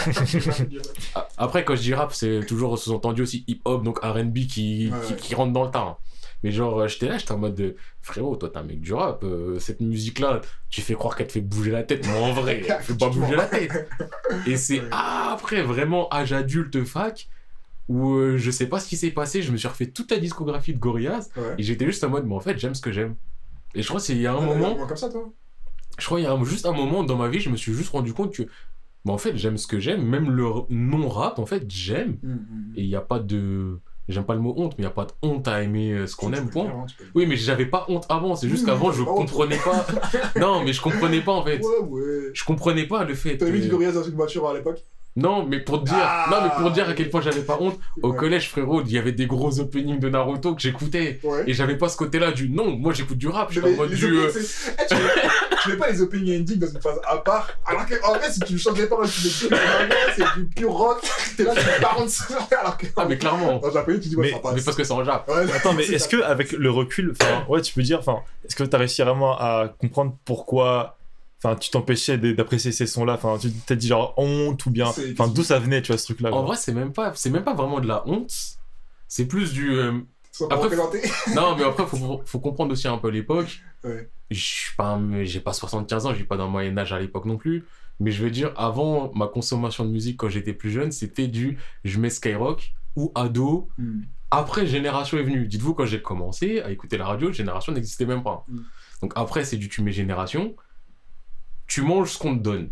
Après, quand je dis rap, c'est toujours sous-entendu aussi hip-hop, donc R and B qui, ouais, qui, ouais. qui rentre dans le temps. Mais genre, j'étais là, j'étais en mode de... Frérot, toi, t'es un mec du rap. Euh, cette musique-là, tu fais croire qu'elle te fait bouger la tête, mais en vrai, elle fait pas bouger la tête. Et c'est ouais. après, vraiment, âge adulte, fac, où euh, je sais pas ce qui s'est passé, je me suis refait toute la discographie de Gorillaz, ouais. et j'étais juste en mode, mais en fait, j'aime ce que j'aime. Et je crois qu'il y a un ouais, moment... Comme ça, toi. Je crois qu'il y a un, juste un moment dans ma vie, je me suis juste rendu compte que, bah, en fait, j'aime ce que j'aime, même le non-rap, en fait, j'aime. Mm-hmm. Et il n'y a pas de... J'aime pas le mot honte, mais il n'y a pas de honte à aimer ce qu'on aime, point. Dire, hein, oui, mais j'avais pas honte avant, c'est juste mmh, qu'avant, je comprenais pas... Non, mais je comprenais pas, en fait. Ouais, ouais. Je comprenais pas le fait... T'avais mis du Gorillaz dans une voiture à l'époque? Non, mais pour te dire, ah, non, mais pour dire à quel point j'avais pas honte, au ouais. collège, frérot, il y avait des gros openings de Naruto que j'écoutais. Ouais. Et j'avais pas ce côté-là du non, moi j'écoute du rap, je suis en mode du. Euh... Hey, tu, mets, tu mets pas les openings ending dans une phase à part, alors qu'en vrai, si tu changes les paroles, tu les c'est du pur rock, t'es là, tu bounce. Alors que. Ah, mais clairement. En japonais, tu dis, ouais, mais, ça passe. Mais parce que c'est en Jap. Ouais, attends, mais est-ce que avec le recul, enfin, ouais, tu peux dire, enfin, est-ce que t'as réussi vraiment à comprendre pourquoi. enfin, tu t'empêchais d- d'apprécier ces sons-là. Enfin, tu t'as dit genre honte ou bien. C'est- Enfin, d'où ça venait, tu vois, ce truc-là. En quoi. vrai, c'est même pas, c'est même pas vraiment de la honte. C'est plus du. euh, Sans pas Après, représenter. Non, mais après, faut, faut comprendre aussi un peu l'époque. Ouais. Je suis pas, j'ai pas soixante-quinze ans, j'ai pas dans le Moyen-Âge à l'époque non plus. Mais je veux dire, avant, ma consommation de musique quand j'étais plus jeune, c'était du je mets Skyrock ou ado. Hmm. Après, Génération est venue. Dites-vous, quand j'ai commencé à écouter la radio, Génération n'existait même pas. Mm. Donc après, c'est du tu mets Génération. Tu manges ce qu'on te donne.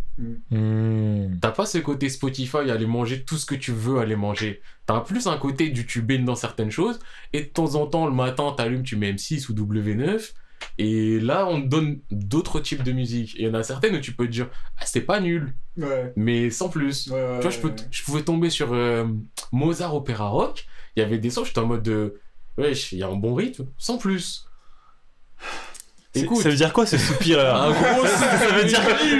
Mmh. T'as pas ce côté Spotify, aller manger tout ce que tu veux aller manger. T'as plus un côté du tu baignes dans certaines choses. Et de temps en temps, le matin, t'allumes, tu mets M six ou W neuf. Et là, on te donne d'autres types de musique. Et il y en a certaines où tu peux te dire, ah, c'est pas nul, Ouais. mais sans plus. Ouais, ouais, Tu vois, je, peux ouais. t- je pouvais tomber sur euh, Mozart Opéra Rock. Il y avait des sons, j'étais en mode de. Wesh, il y a un bon rythme, sans plus. C'est- Écoute, ça veut dire quoi ce soupir là un gros ça, ça veut dire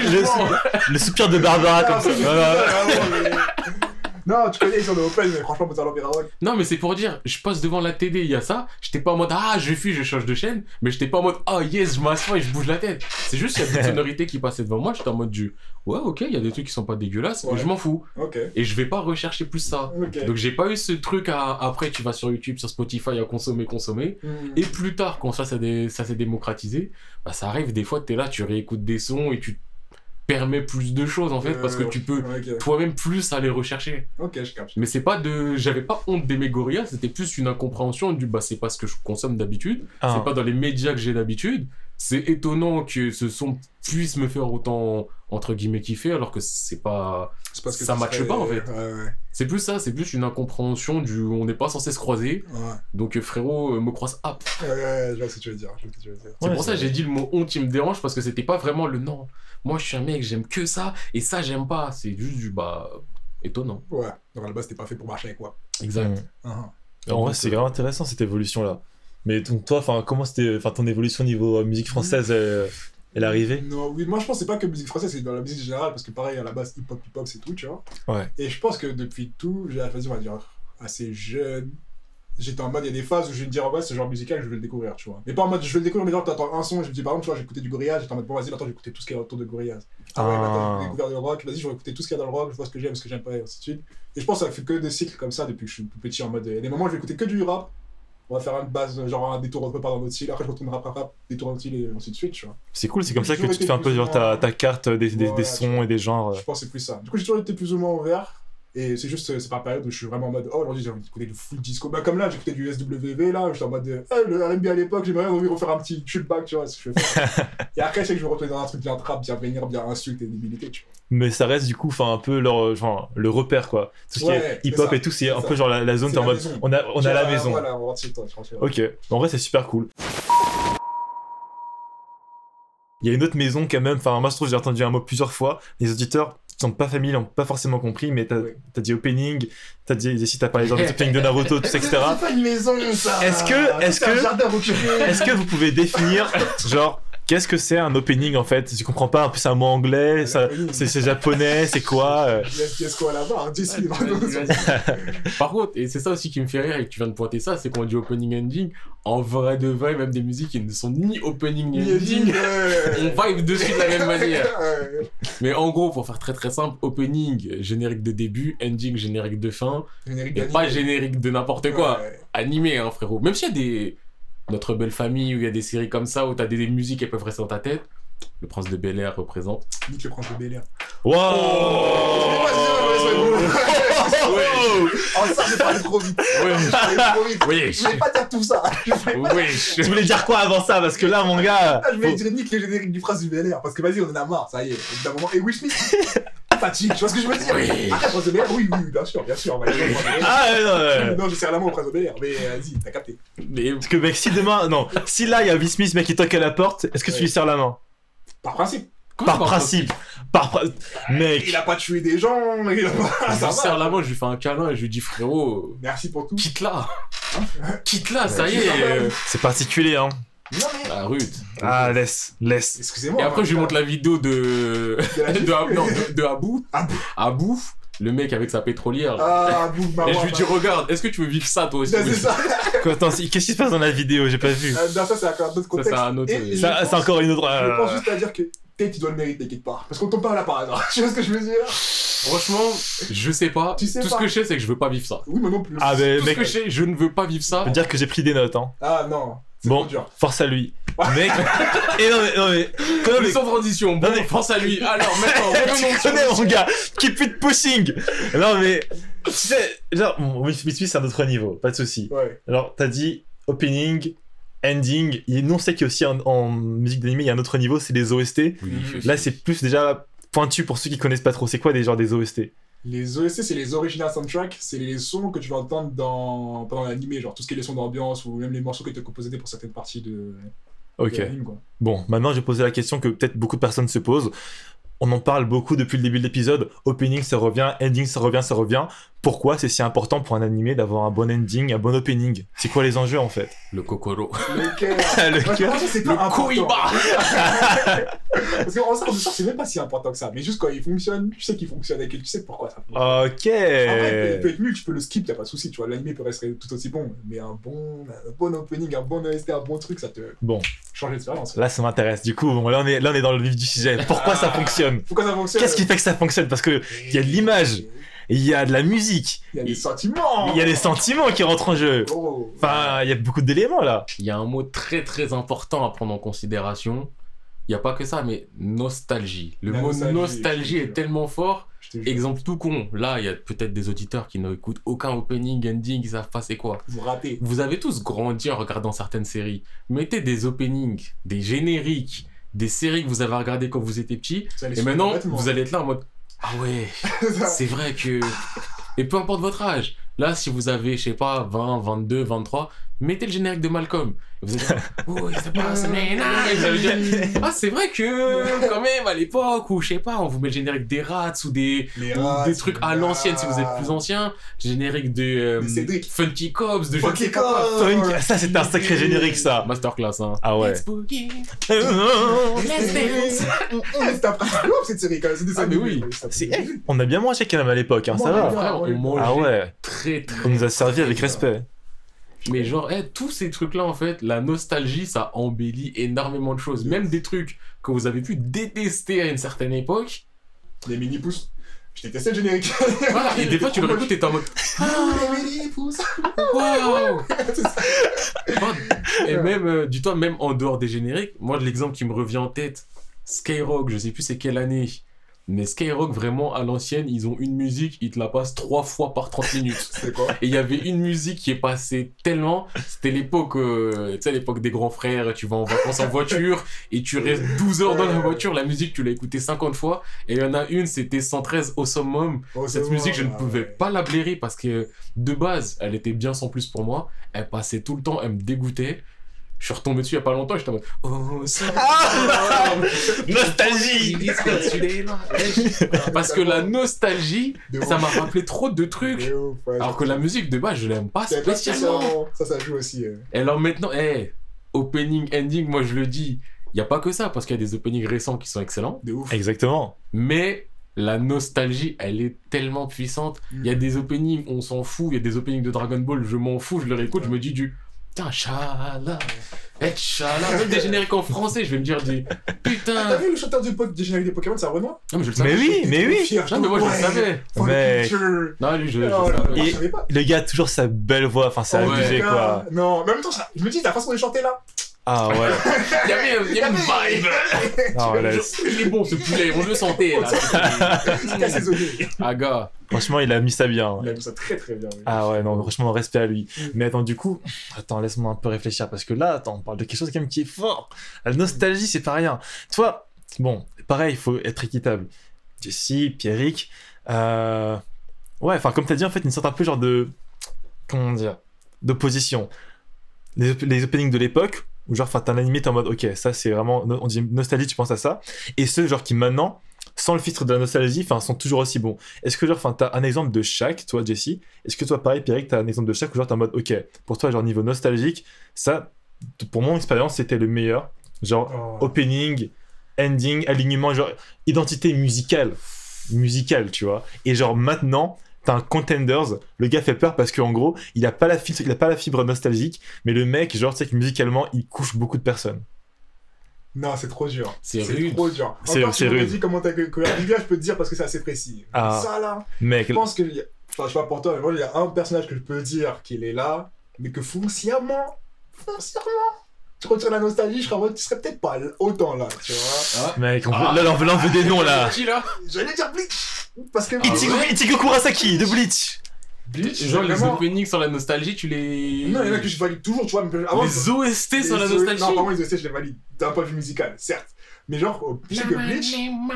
le, le soupir de Barbara comme ça. Voilà. Non, tu connais, ils sont de Open, mais franchement, Mozart l'Opéra Rock. Non, mais c'est pour dire, je passe devant la télé, il y a ça. J'étais pas en mode, ah, je fuis, je change de chaîne. Mais j'étais pas en mode, ah, yes, je m'assois et je bouge la tête. C'est juste, il y a des sonorités qui passaient devant moi. J'étais en mode du, ouais, ok, il y a des trucs qui sont pas dégueulasses, Ouais. mais je m'en fous. Ok. Et je vais pas rechercher plus ça. Ok. Donc j'ai pas eu ce truc à, après, tu vas sur YouTube, sur Spotify à consommer, consommer. Hmm. Et plus tard, quand ça, ça, dé- ça s'est démocratisé, bah ça arrive, des fois, t'es là, tu réécoutes des sons et tu permets plus de choses, en fait, Euh, parce que tu peux Ok, toi-même plus aller rechercher. ok, je capte. Mais c'est pas de. J'avais pas honte d'aimer Gorillaz, c'était plus une incompréhension du bah c'est pas ce que je consomme d'habitude, Ah. c'est pas dans les médias que j'ai d'habitude. C'est étonnant que ce son puisse me faire autant entre guillemets kiffer alors que c'est pas. C'est parce que ça tu matche serais- pas, en fait. Ouais, ouais. C'est plus ça, c'est plus une incompréhension du on n'est pas censé se croiser. Ouais, Donc euh, frérot, euh, me croise up. ouais, ouais, je vois ce que tu veux dire. Je vois ce que tu veux dire. C'est Ouais, pour ça que c'est- j'ai dit le mot honte, il me dérange parce que c'était pas vraiment le non. Moi je suis un mec, j'aime que ça et ça j'aime pas. C'est juste du bah étonnant. Ouais, donc à la base, c'était pas fait pour marcher avec quoi. Exact. Mmh. Ah, En vrai, c'est grave intéressant cette évolution là. Mais donc toi, enfin, comment c'était, enfin, ton évolution au niveau euh, musique française, elle, elle est arrivée? Non, oui, moi je pense que c'est pas que musique française, c'est dans la musique générale, parce que pareil, à la base, hip-hop, hip-hop, c'est tout, tu vois. Ouais. Et je pense que depuis tout, j'ai vas-y, on va dire, assez jeune, j'étais en mode, il y a des phases où je vais me dire, ouais, ce genre musical, je vais le découvrir, tu vois. Mais pas en mode, je vais le découvrir, mais genre, t'entends un son, et je me dis, par exemple, tu vois, j'ai écouté du Gorillaz, j'étais en mode, bon, vas-y, maintenant, j'ai écouté tout ce qu'il y a autour de Gorillaz. Ah ouais, Ah. maintenant, j'ai découvert le rock, vas-y, je vais écouter tout ce qu'il y a dans le rock, je vois ce que j'aime, ce que j'aime pas, et ainsi de suite. Et je pense que ça fait que des cycles comme ça depuis que je suis tout petit, en mode, il y a des moments où je vais écouter que du rap, on va faire une base, genre un détour autre part dans notre style, après je retourne rap, rap, rap, détour dans notre style, et ainsi de suite, tu vois. C'est cool, c'est comme ça que J'ai tu te toujours fais un peu été genre plus ou ta, moins- ta carte des, des, Voilà, des sons et des genres. Je pense que c'est plus ça. Du coup, j'ai toujours été plus ou moins ouvert. Et c'est juste, c'est par période où je suis vraiment en mode, oh, aujourd'hui j'ai envie d'écouter du full disco. Bah, comme là, j'écoutais du S W V, là, j'étais en mode, eh, le R and B à l'époque, j'aimerais envie de refaire un petit shootback, tu vois, ce que je vais faire. Et après, je sais que je vais retourner dans un truc bien trap, bien vénère, bien insulte et débilité, tu vois. Mais ça reste du coup, enfin, un peu leur, genre, le repère quoi. Tout ce Ouais, qui est c'est hip-hop ça, et tout, c'est c'est un ça. peu genre la, la zone, C'est t'es en la mode, maison. on a, on a la maison. Voilà, on rentre chez toi, je rentre chez toi. Ok, en vrai c'est super cool. Il y a une autre maison quand même, enfin moi je trouve que j'ai entendu un mot plusieurs fois, les auditeurs qui sont pas familiers n'ont pas forcément compris, mais t'as Oui. t'as dit opening, t'as dit ici t'as parlé genre de opening de Naruto, tout ça, et cetera. C'est pas une maison, ça. Est-ce que- est-ce C'est un que- jardin reculé. Est-ce que vous pouvez définir, genre, qu'est-ce que c'est un opening en fait? Je comprends pas, un peu c'est un mot anglais, ça- c'est c'est japonais, c'est quoi euh Qu'est-ce qu'on a là-bas, d'ici, Vas-y, vas-y. Par contre, et c'est ça aussi qui me fait rire et que tu viens de pointer ça, c'est qu'on dit opening ending. En vrai de vrai, même des musiques qui ne sont ni opening ni ending, on vibe dessus de la même manière. Ouais. Mais en gros, pour faire très très simple, opening, générique de début, ending, générique de fin, Générique et d'anime. pas générique de n'importe quoi. Ouais. Animé, hein, frérot. Même s'il y a des. Notre belle famille, où il y a des séries comme ça, où t'as des, des musiques qui peuvent rester dans ta tête, le prince de Bel Air représente. Nique le prince de Bel-Air. Wow. Oh, ça, j'ai parlé trop vite. J'ai parlé trop vite. Oui, Je voulais pas dire tout ça. Je voulais pas- oui. Tu voulais dire quoi avant ça? Parce que là, mon gars. Ah, je voulais faut- dire nique le générique du prince du Bel-Air. Parce que vas-y, on en a marre, ça y est. Au bout d'un moment. Et Will Smith, fatigue, tu vois ce que je veux dire? Oui. Après, prince de Bel-Air, oui, oui, bien sûr, bien sûr. on va dire le prince de Bel-Air. Ah ouais, non, ouais. Non, je serre la main au prince de Bel-Air. Mais euh, vas-y, t'as capté. Mais Parce que mec, si demain, non, si là il y a Will Smith, mec, qui toque à la porte, est-ce que tu Ouais. lui serres la main? Par principe. quoi, Par principe. Par pra- Mec. Il a pas tué des gens. Il a pas. Je Ça lui serre va. la main, je lui fais un câlin et je lui dis frérot, Merci pour tout. quitte-la. Quitte-la, ça y est. Ouais. euh, C'est particulier, hein. Non, mais. Ah, rude. Ah, laisse, laisse. Excusez-moi. Et après, hein, je lui montre la vidéo de. De la de, Ab- non, de, de Abou. Abou. Abou, le mec avec sa pétrolière. Ah, boum, bah, Et je ouais, lui dis, bah. regarde, est-ce que tu veux vivre ça toi aussi? Ça, c'est ça. Quoi, attends, c'est- qu'est-ce qui se passe dans la vidéo? J'ai pas vu. Euh, non, ça, c'est encore un autre Ça, contexte. c'est un autre. Et je Ça, Ça, pense- c'est encore une autre. Je euh, pense juste à dire que peut-être tu dois le mériter quelque part. Parce qu'on tombe pas là par hasard. Tu vois ce que je veux dire? Franchement, je sais pas. Tu sais Tout pas. ce que je sais, c'est que je veux pas vivre ça. Oui, mais non plus. Ah, mais Tout mec, ce que je sais, je ne veux pas vivre ça. je veux dire que j'ai pris des notes, hein. Ah non, c'est Bon, trop dur. force à lui. Mec, et non mais, non mais, non, mais Mais sans transition, bon, Non, mais- pense à lui. Alors, maintenant, revenons tu sur connais mon gars, keep it pushing. Non mais, tu sais, genre, bon, Will Smith c'est un autre niveau, pas de souci. Ouais. Alors, t'as dit opening, ending, et nous on sait qu'il y a aussi en, en musique d'animé, il y a un autre niveau, c'est les O S T. Oui, je Là sais. c'est plus déjà pointu pour ceux qui connaissent pas trop, c'est quoi des genres des O S T? Les O S T, c'est les original soundtracks, c'est les sons que tu vas entendre dans... pendant l'animé, genre tout ce qui est les sons d'ambiance ou même les morceaux qui étaient composés pour certaines parties de, Ok. de l'anime, quoi. Bon, maintenant je vais poser la question que peut-être beaucoup de personnes se posent. On en parle beaucoup depuis le début de l'épisode. Opening, ça revient. Ending, ça revient, ça revient. Pourquoi c'est si important pour un animé d'avoir un bon ending, un bon opening? C'est quoi les enjeux en fait? Le Kokoro. Le cœur. Le Moi, je cœur. pense que c'est pas Le important. Koiba. Parce qu'en sort de ça, c'est même pas si important que ça. Mais juste quand il fonctionne, tu sais qu'il fonctionne et que tu sais pourquoi ça fonctionne. Ok. Après, il peut être nul, tu peux le skip, y'a pas de souci, tu vois. L'anime peut rester tout aussi bon. Mais un bon, un bon opening, un bon O S T, un bon truc, ça te Bon, change l'expérience. là ça m'intéresse. Du coup, bon, là, on est, là on est dans le vif du sujet. Pourquoi ça fonctionne? Pourquoi ça fonctionne? Qu'est-ce qui fait que ça fonctionne? Parce que il y a de l'image, il y a de la musique, Il y a des sentiments. il y a des sentiments qui rentrent en jeu. Oh. Enfin, il y a beaucoup d'éléments là. Il y a un mot très très important à prendre en considération. Il n'y a pas que ça, mais nostalgie. Le La mot nostalgie, nostalgie, je te est jure. tellement fort. Je te jure. Exemple tout con. Là, il y a peut-être des auditeurs qui n'écoutent aucun opening, ending, ils savent pas c'est quoi. Vous ratez. Vous avez tous grandi en regardant certaines séries. Mettez des openings, des génériques, des séries que vous avez regardées quand vous étiez petit. Vous allez Et suivre maintenant, complètement. vous allez être là en mode ah ouais, c'est vrai que. Et peu importe votre âge. Là, si vous avez, je sais pas, vingt, vingt-deux, vingt-trois, mettez le générique de Malcolm. Et vous allez dire, oh, il se passe, mais non. Et vous allez dire, ah, c'est vrai que, quand même, à l'époque, ou je sais pas, on vous met le générique des Rats ou des, Les ou rats, des trucs à l'ancienne si vous êtes plus ancien. Générique de euh, Des Cédric. Funky Cops, de je ne Funky sais pas. Cops. Funk, ça c'était un sacré générique ça. Masterclass, hein. Ah ouais. Let's boogie, C'est let's dance. C'était un principe lourd cette série quand même. C'est des Ah, mais animés, oui. ça peut- hey, on a bien mangé quand même à l'époque, hein, ça Moi, va. ouais. Frère, on mange Ah ouais, très très. on nous a servi avec respect. Mais genre, eh, tous ces trucs-là, en fait, la nostalgie, ça embellit énormément de choses. Même des trucs que vous avez pu détester à une certaine époque. Les mini-pouces. Je détestais le générique. Voilà, et des fois, tu le réécoutes et t'es en mode Ah, les mini-pouces. waouh! C'est ça. Et même, euh, dis-toi, même en dehors des génériques, moi, l'exemple qui me revient en tête, Skyrock, je sais plus c'est quelle année. Mais Skyrock, vraiment, à l'ancienne, ils ont une musique, ils te la passent trois fois par trente minutes. C'est quoi? Et il y avait une musique qui est passée tellement. C'était l'époque, euh, tu sais, l'époque des grands frères. Tu vas en vacances en voiture et tu restes douze heures dans la voiture. La musique, tu l'as écoutée cinquante fois. Et il y en a une, c'était cent treize au summum. Oh, c'est Cette bon, musique, je ne là, pouvais ouais. pas la blairer parce que de base, elle était bien sans plus pour moi. Elle passait tout le temps, elle me dégoûtait. Je suis retombé dessus il y a pas longtemps, j'étais en mode oh, ça Nostalgie. Parce que la nostalgie, De ça ouf. m'a rappelé trop de trucs. De ouf, ouais. Alors que la musique de base, je l'aime pas C'est pas spécialement. spécialement. Ça, ça joue aussi. euh. Et alors maintenant, hey, opening, ending, moi je le dis, il n'y a pas que ça, parce qu'il y a des openings récents qui sont excellents, De ouf. Exactement. mais la nostalgie, elle est tellement puissante. Il y a des openings, on s'en fout, il y a des openings de Dragon Ball, je m'en fous, je le réécoute, je me dis du putain, chala, et chala, même des génériques en français, je vais me dire du Ah, T'as putain. vu le chanteur du, po- du générique des Pokémon, c'est un Renoir? Non, mais je le savais. Mais oui, mais oui. Non, mais moi je le savais. Mec. Non, lui, je, je Oh là savais. là, Et- je savais pas. Le gars a toujours sa belle voix, enfin c'est Oh, abusé gars. quoi. Non, mais en même temps, ça- je me dis, la façon de chanter là. Ah ouais. Il y avait, il y avait une vibe. Non, laisse. Je- il est bon ce poulet, on le sentait là. C'est assaisonné. Ah gars. Franchement, il a mis ça bien. Il a mis ça très très bien. oui. Ah ouais, non, franchement, respect à lui. Mm. Mais attends, du coup, attends, laisse-moi un peu réfléchir, parce que là, attends, on parle de quelque chose quand même qui est fort. La nostalgie, c'est pas rien. Toi, bon, pareil, il faut être équitable. Jessie, Pierrick, euh... ouais, enfin, comme t'as dit, en fait, une sorte un peu genre de... Comment dire? D'opposition. Les, op- les openings de l'époque, où genre, enfin, t'as un animé, t'es en mode, ok, ça, c'est vraiment... On dit nostalgie, tu penses à ça. Et ceux, genre, qui maintenant... sans le filtre de la nostalgie, enfin, sont toujours aussi bons. Est-ce que, genre, enfin, t'as un exemple de chaque, toi, Jessie? Est-ce que toi, pareil, Pierrick, t'as un exemple de chaque où, genre, t'es en mode, ok, pour toi, genre, niveau nostalgique, ça, pour mon expérience, c'était le meilleur. Genre, Oh. opening, ending, alignement, genre, identité musicale. Musicale, tu vois. Et genre, maintenant, t'as un Contenders, le gars fait peur parce qu'en gros, il a pas la fibre, il a pas la fibre nostalgique, mais le mec, genre, tu sais que musicalement, il couche beaucoup de personnes. Non, c'est trop dur. C'est C'est rude. trop dur. C'est- Encore, c'est tu m'aurais rude. dit comment t'as couvert Bigla, je peux te dire parce que c'est assez précis. Ah. Ça là, Mec, je pense que. y a- Enfin, je sais pas pour toi, mais moi, il y a un personnage que je peux dire qu'il est là, mais que foncièrement, foncièrement, tu retires la nostalgie, je serais en mode, tu serais peut-être pas autant là, tu vois. Ah. mec, on veut- Ah. là, là, on veut, là, on veut des noms là. Qui là J'allais dire Bleach parce que. Ah Ichigo, ouais Ichigo Kurasaki de Bleach. Bleach, Genre c'est les vraiment. openings sur la nostalgie, tu les. Non, il y en a que je valide toujours, tu vois. mais avant, Les O S T sur les la O- nostalgie. Non, par contre, les O S T, je les valide d'un point de vue musical, certes. Mais genre, au- je sais que Bleach.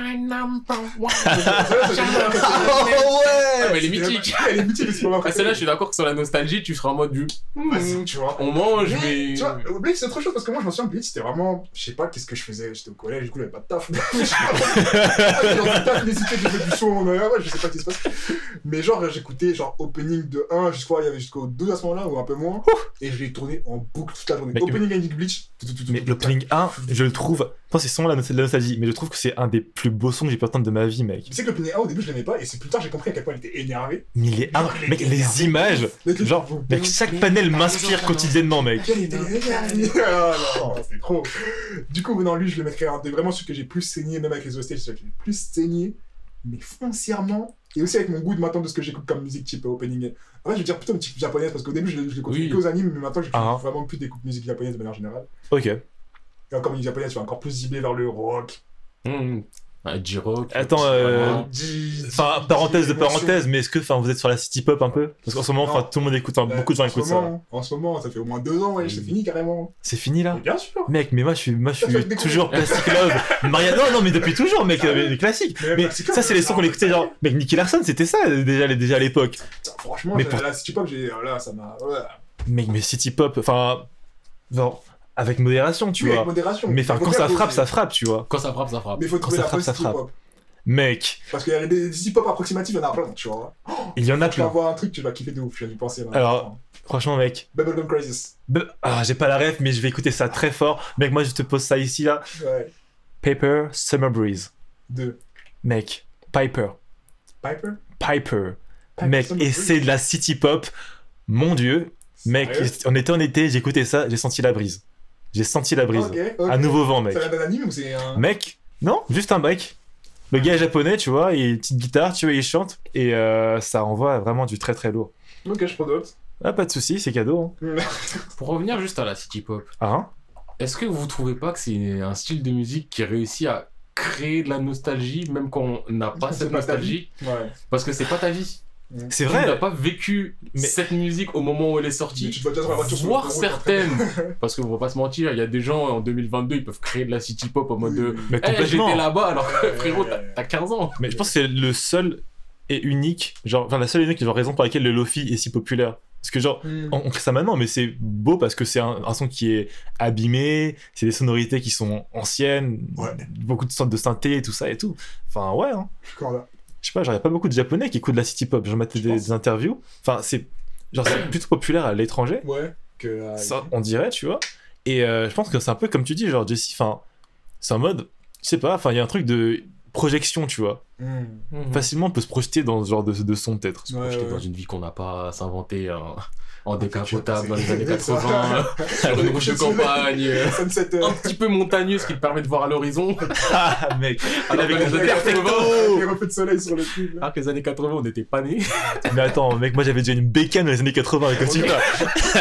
Ah ouais. mais elle est mythique. Elle est mythique, mais c'est pas ma Ah, celle-là, je suis d'accord que sur la nostalgie, tu seras en mode du. Vas-y, tu vois. On mange, Mais, mais. tu vois, Bleach, c'est autre chose parce que moi, je me souviens, Bleach, c'était vraiment. Je sais pas qu'est-ce que je faisais. J'étais au collège, du coup, j'avais pas de taf. Je sais pas. J'étais dans une taf, nécessité de faire du son. Ouais, ouais, je sais pas ce qui se passe. Mais genre, j'écoutais genre opening de un jusqu'à. Il y avait jusqu'au deux à ce moment-là, ou un peu moins. Et je l'ai tourné en boucle toute la journée. Mais- Opening Ending Bleach. tout, tout, tout, Mais tout, l'opening un, je le trouve. Je pense que c'est son la de la nostalgie, mais je trouve que c'est un des plus beaux sons que j'ai pu entendre de ma vie, mec. Tu sais que l'opening un, au début, je l'aimais pas. Et c'est plus tard, j'ai compris à quel point il était énervé. Mais il est un. Genre, il Mec, était énervé. les images. Mec, Genre, mec, chaque panel m'inspire quotidiennement, mec. Il était énervé. Ah non, non, c'est trop. Du coup, non, lui, je le mettrais un des vraiment celui que j'ai plus saigné, même avec les O S T, c'est celui que j'ai plus saigné, mais foncièrement. Et aussi avec mon goût de maintenant de ce que j'écoute comme musique type opening. En fait, je veux dire plutôt une musique japonaise parce qu'au début, je, je l'écoute Oui. que aux animes, mais maintenant, j'ai Ah. vraiment plus d'écoute musique japonaise de manière générale. Ok. Et encore musique japonaise, tu vas encore plus ciblé vers le rock. Mmh. Un J-Rock. Attends, euh, Vraiment. Enfin, parenthèse de parenthèse, mais est-ce que enfin, vous êtes sur la city pop un peu? Parce qu'en ce moment, Non. enfin, tout le monde écoute, enfin, Euh, beaucoup de gens en ce écoutent ça. moment, En ce moment, ça fait au moins deux ans, ouais, c'est Mm. fini carrément. C'est fini là? Mais bien sûr. Mec, mais moi je suis, moi, je Ça fait suis découvrir. toujours Plastic Love. Maria, non, non, mais depuis toujours, mec, Ah oui. euh, les classiques. Mais Mais Plastic Love, ça, c'est les ça, sons qu'on ça, écoutait, ça, genre, mec, Nicky Larson, c'était ça euh, déjà, déjà à l'époque. Putain, franchement, Mais j'ai- pour- là, si tu pop, j'ai. Là, ça m'a. Ouais. Mec, mais city pop, enfin, genre, avec modération, tu Oui, avec vois. modération. Mais enfin, Faut quand bien ça frappe, doser. ça frappe, tu vois. Quand ça frappe, ça frappe. Mais il faut Quand trouver ça la frappe, bonne ça city frappe. pop. Mec, Parce qu'il y a des city pop approximatifs, il y en a plein, tu vois. il y en a Je vais plein. avoir un truc, tu vas kiffer de ouf, je viens d'y penser. Là. Alors- Franchement, mec. Bubblegum Crisis. be- Ah, j'ai pas la ref, mais je vais écouter ça très fort. Mec, moi, je te pose ça ici, là. Ouais. Paper, Summer Breeze. Deux. Mec, Piper. Piper Piper. Piper, Mec, Summer et Breeze. c'est de la city pop. Mon dieu. Mec, Sérieux on était en été, j'ai écouté ça, j'ai senti la brise. J'ai senti la brise. Ok, ok. Un nouveau vent, mec. Ça vient d'un anime ou c'est un. Mec, non, juste un break. Le gars est japonais, tu vois, et une petite guitare, tu vois, il chante. Et euh, ça envoie vraiment du très très lourd. Ok, je prends d'autres. Ah, pas de soucis, c'est cadeau. Hein. Pour revenir juste à la city pop, Ah, hein est-ce que vous trouvez pas que c'est un style de musique qui réussit à créer de la nostalgie, même quand on n'a pas C'est cette pas ta nostalgie? Ouais. Parce que c'est pas ta vie. C'est Tu n'as vrai. pas vécu Mais- cette musique au moment où elle est Mais sortie. tu te vois déjà sur la voiture sur Voire l'autoroute, en train de- certaines, parce qu'on va pas se mentir, il y a des gens en deux mille vingt-deux, ils peuvent créer de la city pop en mode de Oui, Mais Eh, complètement. j'étais là-bas alors que Ouais, frérot, ouais, t'as ouais. t'as quinze ans. Mais je pense que c'est le seul et unique, genre, enfin, la seule et unique genre, raison pour laquelle le Lofi est si populaire. Parce que, genre, Hmm. on, on crée ça maintenant, mais c'est beau parce que c'est un, un son qui est abîmé, c'est des sonorités qui sont anciennes, Ouais. beaucoup de sortes de synthé et tout ça et tout. Enfin, ouais, hein. Je suis encore là. Je sais pas, genre, y a pas beaucoup de japonais qui écoutent de la city pop. J'en mettais Je des, pense. des interviews. Enfin, c'est genre, c'est plutôt populaire à l'étranger. Ouais. Que. euh, Ça, on dirait, tu vois. Et euh, je pense que c'est un peu comme tu dis, genre, Jessie, enfin, c'est en mode, je sais pas, enfin, il y a un truc de projection, tu vois. hmm. Facilement, on peut se projeter dans ce genre de, de son, peut-être. Se Ouais, projeter ouais. dans une vie qu'on n'a pas à s'inventer en, en Ah, décapotable dans les c'est- années c'est- quatre-vingts, sur une route de campagne, euh, Sunset. euh, un petit peu montagneuse qui te permet de voir à l'horizon. Ah, mec, il Alors avait que le les années perfecto. quatre-vingts, Les reflets de soleil sur le truc. là. alors que les années quatre-vingts, on n'était pas nés. Mais attends, mec, moi j'avais déjà une bécane dans les années quatre-vingts, avec tu pas.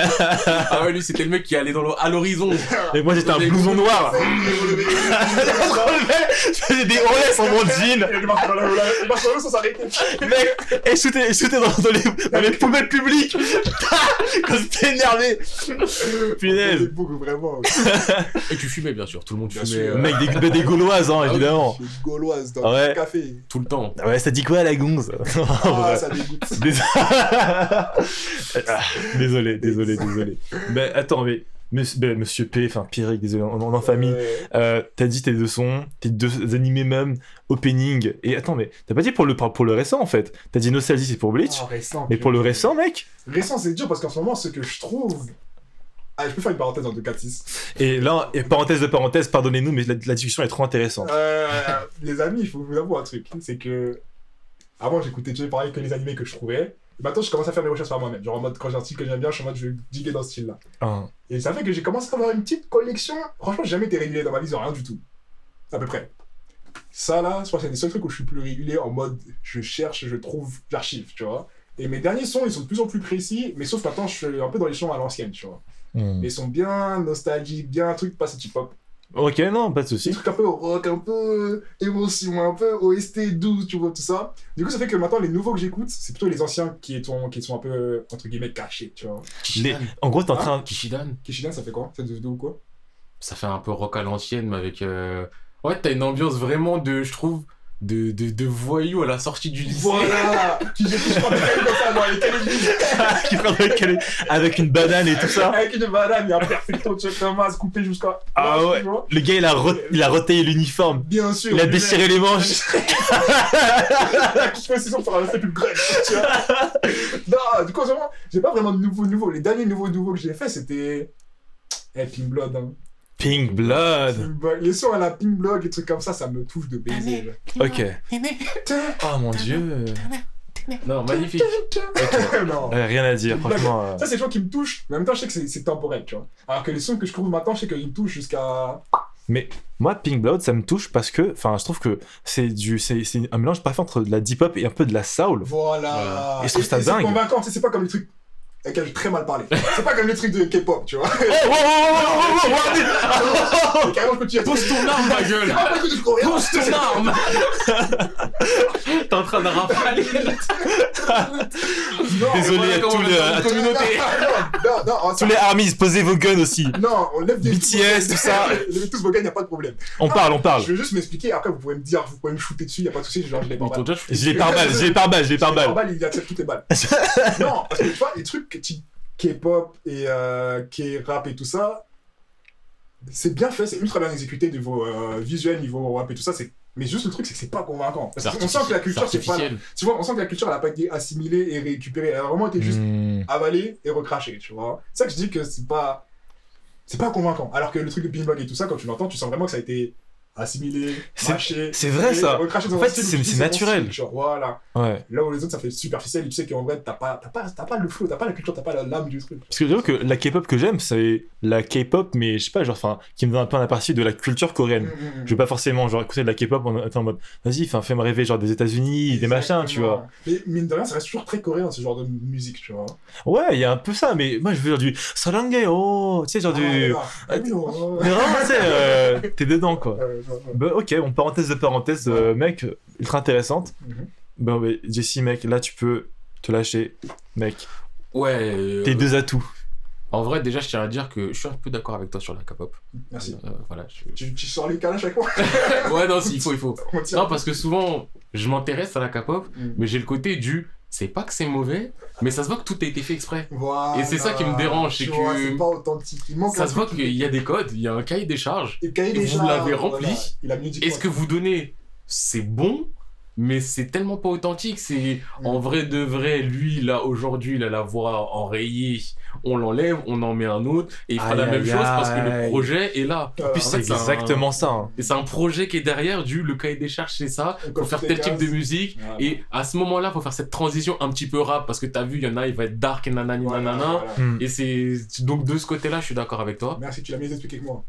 Ah ouais, lui, c'était le mec qui allait dans le- à l'horizon. Et moi j'étais un blouson noir. Je faisais des olés sur mon jean. Il marche dans la il marche dans l'eau sans s'arrêter. Mec, et shooter, et shooter dans, dans, les, dans les poubelles publiques. Quand j'étais énervé. Punaise. C'est beaucoup, vraiment. Et tu fumais, bien sûr. Tout le monde Bien fumait sûr. euh, Mec, des, des, des gauloises, hein, Ah oui. évidemment. Je suis gauloise dans Ah ouais. le café. tout le temps. Ouais, ça dit quoi la gonze? Ah, ça dégoûte. Dés- Ah, désolé, désolé, désolé. Mais attends, mais monsieur, ben, monsieur P, enfin Pierrick, désolé, on on est en famille. Ouais. Euh, t'as dit tes deux sons, tes deux animés même, opening. Et attends, mais t'as pas dit pour le, pour le récent en fait. T'as dit Nostalgie, c'est pour Bleach. Ah, récent. Mais pour le purée. récent, mec. Récent, c'est dur parce qu'en ce moment, ce que je trouve. Ah, je peux faire une parenthèse dans deux quatre six. Et là, et parenthèse de parenthèse, pardonnez-nous, mais la, la discussion est trop intéressante. Euh, les amis, il faut vous avouer un truc. C'est que. Avant, j'écoutais déjà pareil que les animés que je trouvais. Et maintenant, je commence à faire mes recherches par moi-même. Genre en mode, quand j'ai un style que j'aime bien, je suis en mode, je vais diguer dans ce style-là. Ah. Et ça fait que j'ai commencé à avoir une petite collection. Franchement, j'ai jamais été régulier dans ma vie, rien du tout. À peu près. Ça là, je crois que c'est les seuls trucs où je suis plus régulier en mode, je cherche, je trouve, j'archive, tu vois. Et mes derniers sons, ils sont de plus en plus précis, mais sauf maintenant, je suis un peu dans les sons à l'ancienne, tu vois. Mm. Mais ils sont bien nostalgiques, bien un truc, pas ce hip-hop. Ok, non, pas de Des soucis. trucs un peu rock, un peu émotion, un peu O S T douze, tu vois, tout ça. Du coup, ça fait que maintenant, les nouveaux que j'écoute, c'est plutôt les anciens qui sont, qui sont un peu, entre guillemets, cachés, tu vois. Les... En gros, t'es en train. Kishidan. Kishidan, ça fait quoi? C'est de, de ou quoi? Ça fait un peu rock à l'ancienne, mais avec. Euh... Ouais, t'as une ambiance vraiment de, je trouve, de, de, de voyous à la sortie du lycée. Voilà. Qui j'ai je prends des cailloux comme ça, moi, les cailloux du qui prend avec, elle- avec une banane et tout ça. avec une banane, il y a un perfecto de Thomas coupé jusqu'à. Ah ouais. Tu vois. Le gars, il a, re... il a retaillé l'uniforme. Bien sûr. Il a lui, déchiré les manches. La composition pour la plus grande, tu vois. Non, du coup, vraiment, j'ai pas vraiment de nouveaux nouveaux. Les derniers nouveaux nouveaux que j'ai fait, c'était. Eh, Pink Blood, hein. Pink Blood. Pink Blood. Les sons à la Pink Blood, les trucs comme ça, ça me touche de baiser. genre. Ok. Oh mon dieu. Non, magnifique. Non. Ouais, rien à dire, franchement. euh, Ça, c'est des gens qui me touchent, mais en même temps, je sais que c'est- c'est temporel, tu vois. Alors que les sons que je trouve maintenant, je sais qu'ils me touchent jusqu'à. Mais moi, Pink Blood, ça me touche parce que, enfin, je trouve que c'est du, c'est, c'est un mélange parfait entre de la deep hop et un peu de la soul. Voilà. Voilà. Et je trouve ça c'est dingue. convaincant, tu sais, c'est pas comme les trucs. Avec lesquels j'ai très mal parlé. C'est pas comme les trucs de K-pop, tu vois. Oh, oh, oh, oh, oh, oh, Et carrément, je peux te dire. Pose ton arme, ma gueule. C'est pas un truc de coréen. Pose ton arme. T'es en train de rafaler. Non, Désolé voilà à comment tous on les, appelle à une tous- communauté. Non, non, non, tous les armies, posez vos guns aussi. Non, on lève des. B T S, tout ça. Levez tous vos gars, y a pas de problème. On parle, on parle. Je vais juste m'expliquer, après vous pouvez me dire, vous pouvez me shooter dessus, y a pas de soucis, genre je l'ai pas. Ils t'ont déjà shooté. Je l'ai par balle, je l'ai par balle, je l'ai par balle. balle, il accepte toutes les balles. Non, parce que tu vois, les trucs que tu- K-pop et euh, K-rap et tout ça, c'est bien fait, c'est ultra bien exécuté niveau euh, visuel, niveau rap et tout ça, c'est... mais juste le truc, c'est que c'est pas convaincant. Parce qu'on sent que la culture, c'est pas... artificiel. Tu vois, on sent que la culture, elle a pas été assimilée et récupérée, elle a vraiment été juste Hmm. avalée et recrachée, tu vois. C'est ça que je dis que c'est pas... C'est pas convaincant. Alors que le truc de Pink Blood et tout ça, quand tu l'entends, tu sens vraiment que ça a été assimilé, C'est- mâché... c'est vrai, et ça. recraché dans En un fait, style où c'est- tu dis, c'est mon naturel. style, genre, voilà. Ouais. Là où les autres, ça fait superficiel, et tu sais qu'en vrai, t'as pas, t'as pas, t'as pas le flow, t'as pas la culture, t'as pas la- l'âme du truc. Parce que j'avoue que la K-pop que j'aime, c'est la K-pop, mais je sais pas, genre, enfin, qui me donne un peu un aperçu de la culture coréenne. Mm, mm, mm. Je vais pas forcément, genre, écouter de la K-pop en étant en mode, vas-y, enfin, fais-moi rêver, genre, des États-Unis, des machins, tu vois. Mais mine de rien, ça reste toujours très coréen, ce genre de musique, tu vois. Ouais, il y a un peu ça, mais moi, je veux dire du Sarangeo, tu sais, genre du. Ah, oui, non, Mais vraiment, tu sais, euh, t'es dedans, quoi. euh, genre, ouais. Bah, ok, bon, parenthèse de parenthèse, euh, mec, ultra intéressante. Mhm. Bon, mais Jesse, mec, là, tu peux te lâcher, mec. Ouais. euh, Tes deux atouts. En vrai, déjà, je tiens à dire que je suis un peu d'accord avec toi sur la K-pop. Merci. Euh, voilà. je- Tu, tu sors les calages avec moi. Ouais, non, si, il faut, il faut. On tire. Non, parce que souvent, je m'intéresse à la K-pop, Mm. mais j'ai le côté du. C'est pas que c'est mauvais, mais ça se voit que tout a été fait exprès. Voilà. Et c'est ça qui me dérange, c'est Tu que- vois, c'est pas authentique. Il manque Ça un se voit truc. qu'il y a des codes, il y a un cahier des charges. Et le cahier et des vous charges, l'avez rempli. voilà. Il a mieux dit que Et ce moi. que vous donnez, c'est bon, mais c'est tellement pas authentique. C'est en vrai de vrai, lui, là, aujourd'hui, il a la voix enrayée. On l'enlève, on en met un autre, et il fera Aïe, la même aïe, chose parce que le aïe. projet est là. Voilà. En plus, En c'est fait, c'est un- exactement ça. hein. Et c'est un projet qui est derrière du le cahier des charges, c'est ça. On Faut coche faire toutes tel les type de cases. musique. Voilà. Et à ce moment-là, faut faire cette transition un petit peu rap parce que t'as vu, il y en a, il va être dark et nanani Voilà, nanana. voilà. Hmm. Et c'est donc de ce côté-là, je suis d'accord avec toi. Merci, tu l'as mieux expliqué que moi.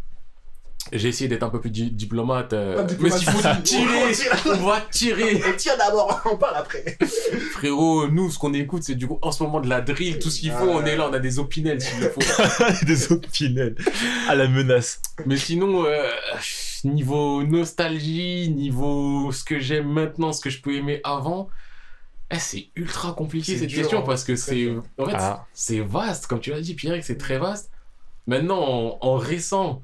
J'ai essayé d'être un peu plus di- diplomate. euh, Pas de mais s'il faut diplomatie. tirer, On tire. on va tirer. On tire d'abord, on parle après. Frérot, nous, ce qu'on écoute, c'est du coup en ce moment de la drill, tout ce qu'il faut. On est là, on a des opinels s'il le faut. Des opinels. À la menace. Mais sinon, euh, niveau nostalgie, niveau ce que j'aime maintenant, ce que je peux aimer avant, eh, c'est ultra compliqué C'est cette dur, question hein, parce que très c'est. dur. En fait, Ah. c'est vaste, comme tu l'as dit, Pierre, c'est très vaste. Maintenant, en, en récent,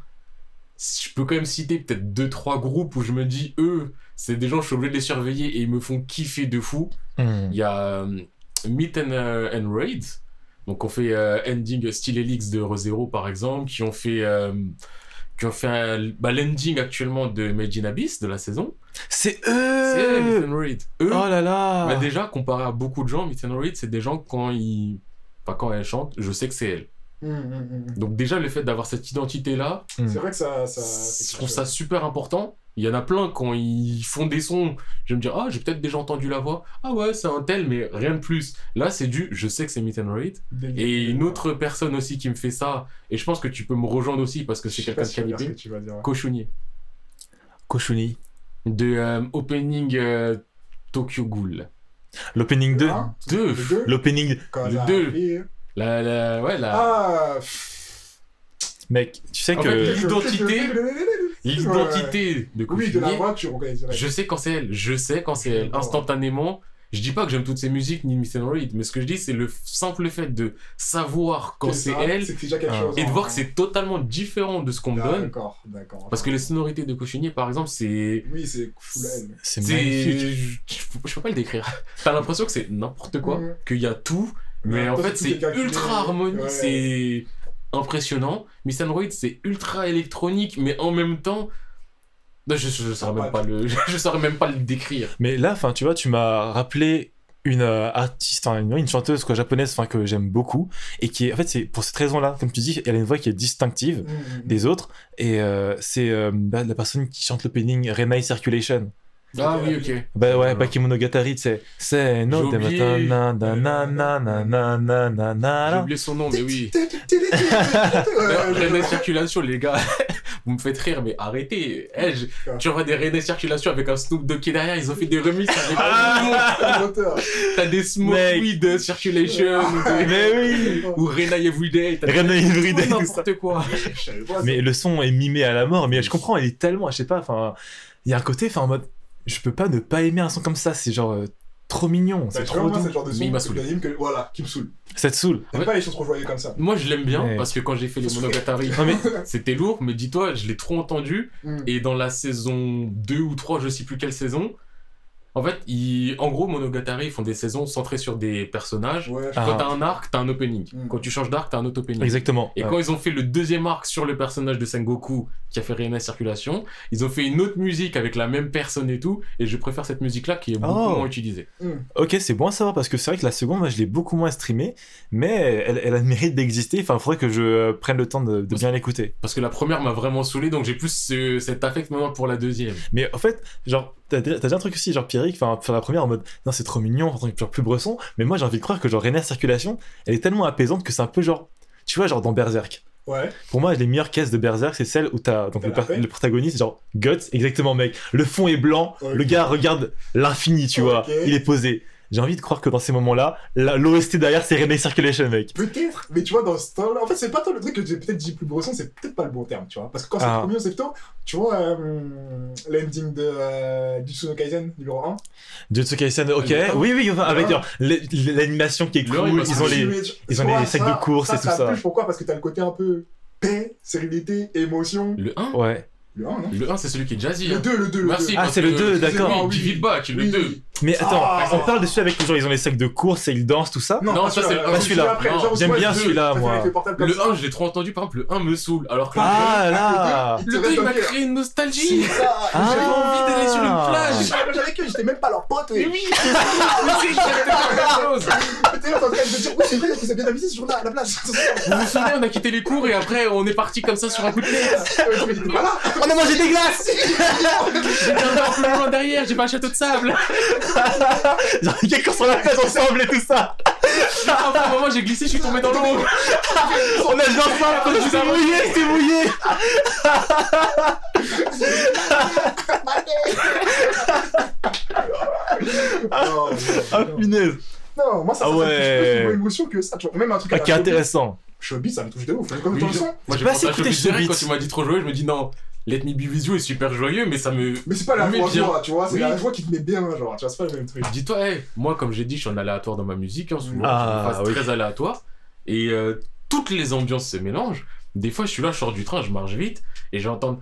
je peux quand même citer peut-être deux trois groupes où je me dis, eux, c'est des gens, je suis obligé de les surveiller et ils me font kiffer de fou. Hmm. Il y a euh, Meet and, euh, and Raid, donc on fait euh, Ending Style Helix de ReZero par exemple, qui ont fait, euh, qui ont fait un- bah, l'ending actuellement de Made in Abyss de la saison. C'est C'est eux, Meet eux. and Raid. Eux, Oh là là. bah, déjà, comparé à beaucoup de gens, Meet and Raid, c'est des gens quand ils. Enfin, quand elles chantent, je sais que c'est elles. Hum, hum, hum. Donc, déjà, le fait d'avoir cette identité-là, Hmm. C'est vrai que ça. ça je trouve ça super important. Il y en a plein, quand ils font des sons, je vais me dire, ah, j'ai peut-être déjà entendu la voix. Ah ouais, c'est un tel, mais rien de plus. Là, c'est du, je sais que c'est Meet and Rate. Et une autre personne aussi qui me fait ça, et je pense que tu peux me rejoindre aussi parce que c'est quelqu'un de qualité. Koshuni. Koshuni. De euh, Opening euh, Tokyo Ghoul. L'opening deux. deux. L'opening. Le deux. La, la, ouais, la... Ah. Mec, tu sais en que... fait, l'identité, l'identité ouais. de Koshuni, oui, de la voix, tu reconnais direct. Je sais quand c'est elle, je sais quand c'est elle, instantanément. Je dis pas que j'aime toutes ses musiques ni Meet and Rate, mais ce que je dis, c'est le simple fait de savoir quand c'est, c'est elle, c'est déjà quelque ah. chose, et de hein. voir que c'est totalement différent de ce qu'on me donne. D'accord, d'accord. Parce que les sonorités de Koshuni, par exemple, c'est... Oui, c'est full elle. C'est, c'est magnifique. Je, je, je peux pas le décrire. T'as l'impression que c'est n'importe quoi, mmh. qu'il y a tout, mais, mais en fait, c'est ultra harmonique, ouais. C'est impressionnant. Meet and Rate, c'est ultra électronique, mais en même temps... Non, je, je, je saurais même pas le, je saurais même pas le décrire. Mais là, enfin, tu vois, tu m'as rappelé une euh, artiste, enfin, une, une chanteuse quoi, japonaise, enfin, que j'aime beaucoup et qui est, en fait, c'est pour cette raison-là, comme tu dis, elle a une voix qui est distinctive mmh. des autres et euh, c'est euh, bah, la personne qui chante l'opening Renai Circulation. Ah oui, ok. Bah ouais, Bakemonogatari, c'est c'est no de na na na na na na na na na. J'ai oublié son nom, mais oui. Renai Circulation, les gars. Vous me faites rire, mais arrêtez. Hey, je... Tu vois des Renai Circulation avec un Snoop Dogg qui est derrière, ils ont fait des remixes avec ah t'as des Smoke Weed Circulation, ou, mais oui. ou Renai Everyday. Renai Everyday, n'importe quoi. Mais le son est mimé à la mort, mais je comprends, il est tellement, je sais pas, enfin, il y a un côté, enfin, en mode, je peux pas ne pas aimer un son comme ça, c'est genre euh, trop mignon, bah, c'est trop doux. C'est le genre de son mais il m'a saoulé. Que, voilà, qui me saoule. Ça te saoule. T'aimes ouais. pas les choses trop joyeuses comme ça. Moi je l'aime bien mais... parce que quand j'ai fait les Monogatari, mais... c'était lourd, mais dis-toi, je l'ai trop entendu mm. et dans la saison deux ou trois, je sais plus quelle saison, en fait, ils... en gros, Monogatari, ils font des saisons centrées sur des personnages. Ouais, quand ah. t'as un arc, t'as un opening. Mm. Quand tu changes d'arc, t'as un autre opening. Exactement. Et ouais. quand ils ont fait le deuxième arc sur le personnage de Sengoku, qui a fait Renai Circulation, ils ont fait une autre musique avec la même personne et tout, et je préfère cette musique-là qui est beaucoup oh. moins utilisée. Mm. Ok, c'est bon à savoir, parce que c'est vrai que la seconde, moi, je l'ai beaucoup moins streamée, mais elle, elle a le mérite d'exister. Enfin, il faudrait que je prenne le temps de, de bien l'écouter. Parce que la première m'a vraiment saoulé, donc j'ai plus ce, cet affect maintenant pour la deuxième. Mais en fait, genre, t'as, t'as dit un truc aussi, genre Pierrick, enfin, faire la première en mode, non, c'est trop mignon, genre plus bresson, mais moi, j'ai envie de croire que genre Renai Circulation, elle est tellement apaisante que c'est un peu genre, tu vois, genre dans Berserk. Ouais. Pour moi, les meilleures caisses de Berserk, c'est celles où t'as donc le, per- le protagoniste, genre Guts, exactement, mec. Le fond est blanc, okay. Le gars regarde l'infini, tu okay. vois. Il est posé. J'ai envie de croire que dans ces moments-là, la, l'O S T derrière, c'est Renai Circulation, mec. Peut-être, mais tu vois, dans ce temps-là, en fait, c'est pas tant le truc que j'ai peut-être dit plus bresson, c'est peut-être pas le bon terme, tu vois. Parce que quand c'est ah. le premier, c'est plutôt, tu vois, euh, l'ending de euh, Jujutsu no Kaisen, numéro un. Jujutsu Kaisen, ok. Ah, oui, oui, enfin, avec genre, l'animation qui est cool, ils, ils ont les, mais, ils ont les sacs ça, de course ça, et tout ça. Ça touche, pourquoi ? Parce que t'as le côté un peu paix, sérénité, émotion. Le un ? Ouais. Le un, non ? Le un, c'est celui qui est jazzy. Le hein. deux, le deux. Merci. Ah, c'est le deux, d'accord. Oui, feedback, le deux. Mais attends, ah, on parle dessus avec genre ils ont les sacs de course et ils dansent tout ça. Non, non ça c'est pas celui-là. J'aime bien celui-là moi. Le un, je l'ai trop entendu, par exemple, le un me saoule alors que ah là, le deux il m'a créé une nostalgie. J'avais envie d'aller sur une plage. J'avais que j'étais même pas leur pote. Mais oui. C'est exactement la même chose. T'es en train de me dire oui, c'est vrai que c'est bien amusé ce jour-là à la plage. Vous vous souvenez, on a quitté les cours et après on est parti comme ça sur un coup de tête. On a mangé des glaces. J'étais un peu plus loin derrière, j'ai pas un château de sable. Genre quelqu'un sur la plage ensemble et tout ça. À un moment j'ai glissé, je suis tombé dans l'eau. On a genre faim parce que j'étais mouillé, j'étais mouillé. Ah punaise. Non, moi ça, ah ça, ouais. ça me touche plus une émotion que ça, tu vois. Même un truc à ah, qui est intéressant. Showbiz, ça me touche de ouf. Comme dans le son. Moi j'ai pensé à Showbiz direct quand tu m'as dit trop joyeux, je me dis non. Let Me Be With You est super joyeux, mais ça me. Mais c'est pas la joie, joie, tu vois, c'est oui. la joie qui te met bien, genre, tu vois, c'est pas le même truc. Dis-toi, hey, moi, comme j'ai dit, je suis en aléatoire dans ma musique, hein, souvent, ah, je me oui. très aléatoire, et euh, toutes les ambiances se mélangent. Des fois, je suis là, je sors du train, je marche vite, et je vais entendre.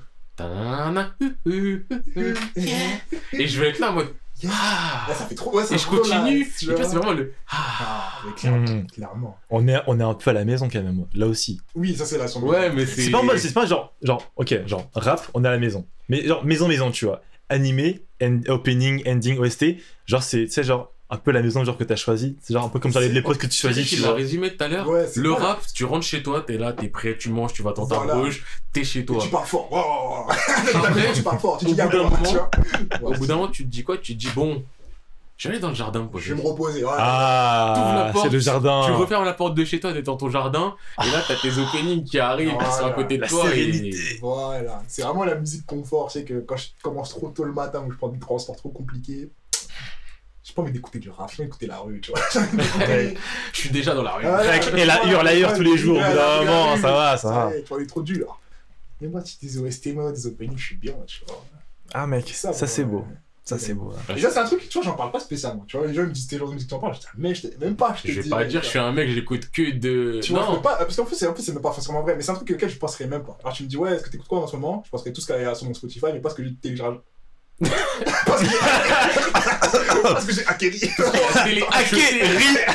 Et je vais être là en mode. Ah, là, ça fait trop. Ouais, ça et je continue. Là, et là, c'est vraiment le. Ah, mais clairement, mmh. clairement. On est, on est un peu à la maison quand même, là aussi. Oui, ça c'est la son. Ouais, mais c'est. C'est pas en mode, c'est pas genre, genre, ok, genre rap, on est à la maison. Mais genre maison, maison, tu vois. Animé, end, opening, ending, O S T, genre c'est, tu sais, genre un peu la maison genre que t'as choisi. C'est genre un peu comme genre les, les postes que tu choisis. Tu Tu l'as vois. résumé tout à l'heure. Ouais, c'est Le pas- rap, tu rentres chez toi, t'es là, t'es prêt, tu manges, tu vas dans ta Voilà. bouche, t'es chez Et toi. tu parles fort. Wow. Après, tu parles fort. Tu au dis, y'a bout d'un quoi, tu moment- vois. Au Ouais, bout d'un moment, tu te dis quoi? Tu te dis, bon, je vais aller dans le jardin me Je poser. vais me reposer. Ouais. T'ouvres Ah, la porte, c'est le jardin. Tu refermes la porte de chez toi, t'es dans ton jardin, et là t'as tes openings qui arrivent, qui sont à Voilà. côté de La toi. sérénité. Et... Voilà. C'est vraiment la musique confort. Je sais que quand je commence trop tôt le matin ou je prends du transport trop compliqué, j'ai pas envie d'écouter du rap, j'ai envie d'écouter la rue, tu vois. Ouais. Je suis déjà dans la rue. Ouais. Et la hurle, la hurle tous les jours, au bout d'un moment, ça va, ça va. y est, tu vois, on est trop dur. Mais moi, si des O S T, moi, des openings, je suis bien, tu vois. Ah mec, ça, Ça, c'est ouais. beau. Ça c'est beau. hein. Déjà, c'est un truc, tu vois, j'en parle pas spécialement. Tu vois, les gens ils me disent tes genres de musique, tu en parles. Je dis, mais je t'ai- même pas, je te Je vais dis. pas dire, je suis un mec, j'écoute que de. Tu vois, je Non, peux pas, parce qu'en plus, c'est, en plus, c'est même pas forcément vrai, mais c'est un truc auquel je penserais même pas. Alors, tu me dis, ouais, est-ce que t'écoutes quoi en ce moment? Je penserais tout ce qu'il y a sur mon Spotify, mais pas ce que j'ai téléchargé. parce que, parce que j'ai acquéri. c'est les achetés.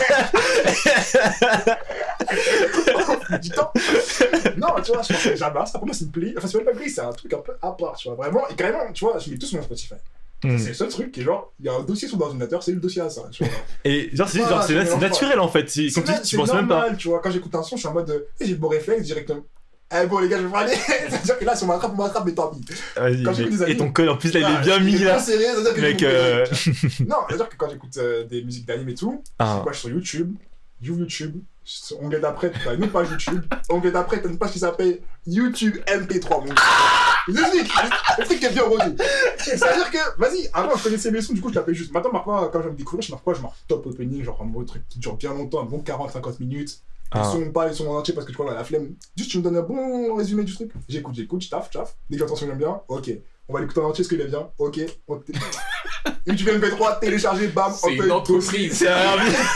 du temps. Non, tu vois, je pense que jamais ça. Pour moi, c'est une play. Enfin, c'est même pas une play, c'est un truc un peu à part, tu vois. Vraiment, et carrément, tu vois, je mets tout sur mon Spotify. Hmm. C'est le seul truc qui est genre, il y a un dossier sur l'ordinateur, c'est le dossier à ça, tu vois. Et genre, c'est, Voilà, genre, c'est, je c'est mélange naturel en fait. C'est, comme tu dis, tu penses même pas. normal, tu vois. Quand j'écoute un son, je suis en mode, euh, j'ai le bon réflexe directement. Eh bon, les gars, je vais pas aller. C'est-à-dire que là, si on m'attrape, on m'attrape, mais tant pis. Vas-y, Quand j'écoute mec. des amis- Et ton col en plus là, il est bien il mis est là. bien serré, c'est-à-dire que Mec, je euh... Non, c'est-à-dire que quand j'écoute euh, des musiques d'anime et tout, ah. moi, je suis sur YouTube, j'ouvre YouTube, sur onglet d'après, t'as une autre page YouTube, onglet d'après, t'as une page qui s'appelle YouTube M P trois, mon gars. Je t'explique, le truc qui est bien rodé. C'est-à-dire que, vas-y, avant, je connaissais mes sons, du coup, je tapais juste. Maintenant, maintenant, quand je vais me découvrir, je marque quoi? Je marque top opening, genre un bon truc qui dure bien longtemps, un bon quarante à cinquante minutes. Ils Ah. sont pas, ils sont en entier parce que tu vois, la flemme. Juste, tu me donnes un bon résumé du truc. J'écoute, j'écoute, je taffe, taffe. Dès que j'entends son j'aime bien, ok. On va l'écouter en entier, est-ce qu'il est bien? Ok. On t- YouTube M P trois, télécharger, bam, C'est on une fait entreprise. C'est un